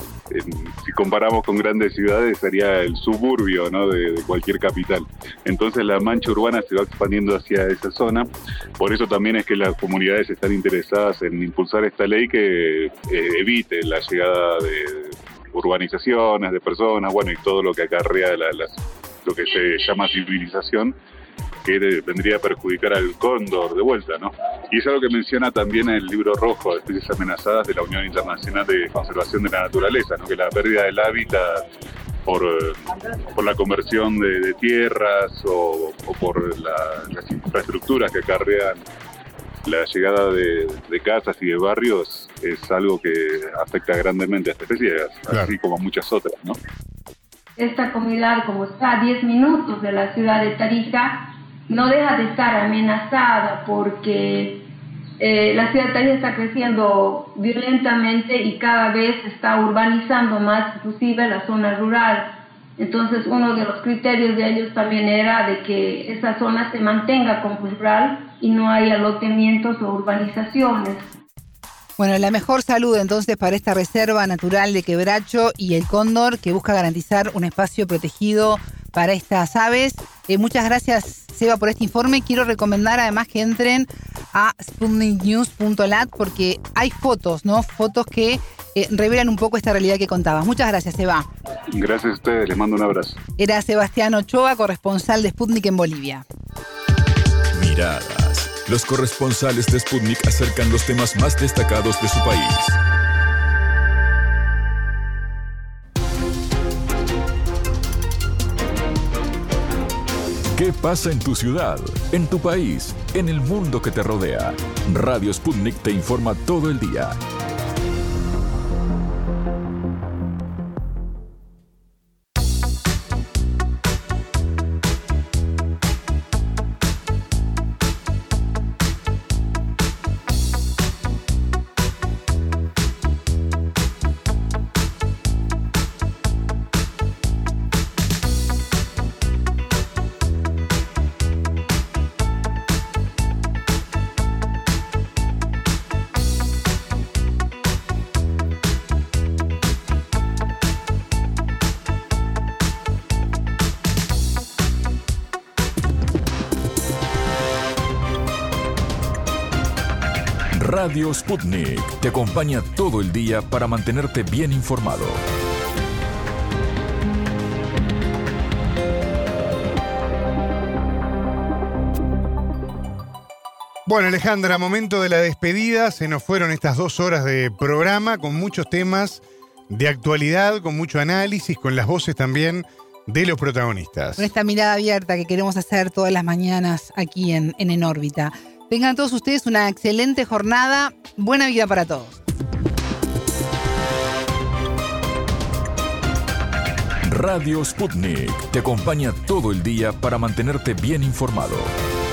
si comparamos con grandes ciudades, sería el suburbio, ¿no?, de cualquier capital. Entonces la mancha urbana se va expandiendo hacia esa zona. Por eso también es que las comunidades están interesadas en impulsar esta ley que evite la llegada de urbanizaciones, de personas, bueno, y todo lo que acarrea lo que se llama civilización, que vendría a perjudicar al cóndor de vuelta, ¿no? Y es algo que menciona también el libro rojo de especies amenazadas de la Unión Internacional de Conservación de la Naturaleza, ¿no? Que la pérdida del hábitat por la conversión de tierras o por las infraestructuras que acarrean la llegada de casas y de barrios es algo que afecta grandemente a esta especie, así como a muchas otras, ¿no? Esta comunidad, como está a 10 minutos de la ciudad de Tarija, no deja de estar amenazada porque La ciudad también está creciendo violentamente y cada vez está urbanizando más, inclusive la zona rural. Entonces, uno de los criterios de ellos también era de que esa zona se mantenga como rural y no haya lotamientos o urbanizaciones. Bueno, la mejor salud entonces para esta reserva natural de Quebracho y el cóndor, que busca garantizar un espacio protegido para estas aves. Muchas gracias, Seba, por este informe. Quiero recomendar además que entren a sputniknews.lat porque hay fotos, ¿no? Fotos que revelan un poco esta realidad que contabas. Muchas gracias, Seba. Gracias a ustedes, les mando un abrazo. Era Sebastián Ochoa, corresponsal de Sputnik en Bolivia. Miradas. Los corresponsales de Sputnik acercan los temas más destacados de su país. ¿Qué pasa en tu ciudad, en tu país, en el mundo que te rodea? Radio Sputnik te informa todo el día. Radio Sputnik te acompaña todo el día para mantenerte bien informado. Bueno, Alejandra, momento de la despedida. Se nos fueron estas 2 horas de programa con muchos temas de actualidad, con mucho análisis, con las voces también de los protagonistas. Con esta mirada abierta que queremos hacer todas las mañanas aquí en órbita. Tengan todos ustedes una excelente jornada. Buena vida para todos. Radio Sputnik te acompaña todo el día para mantenerte bien informado.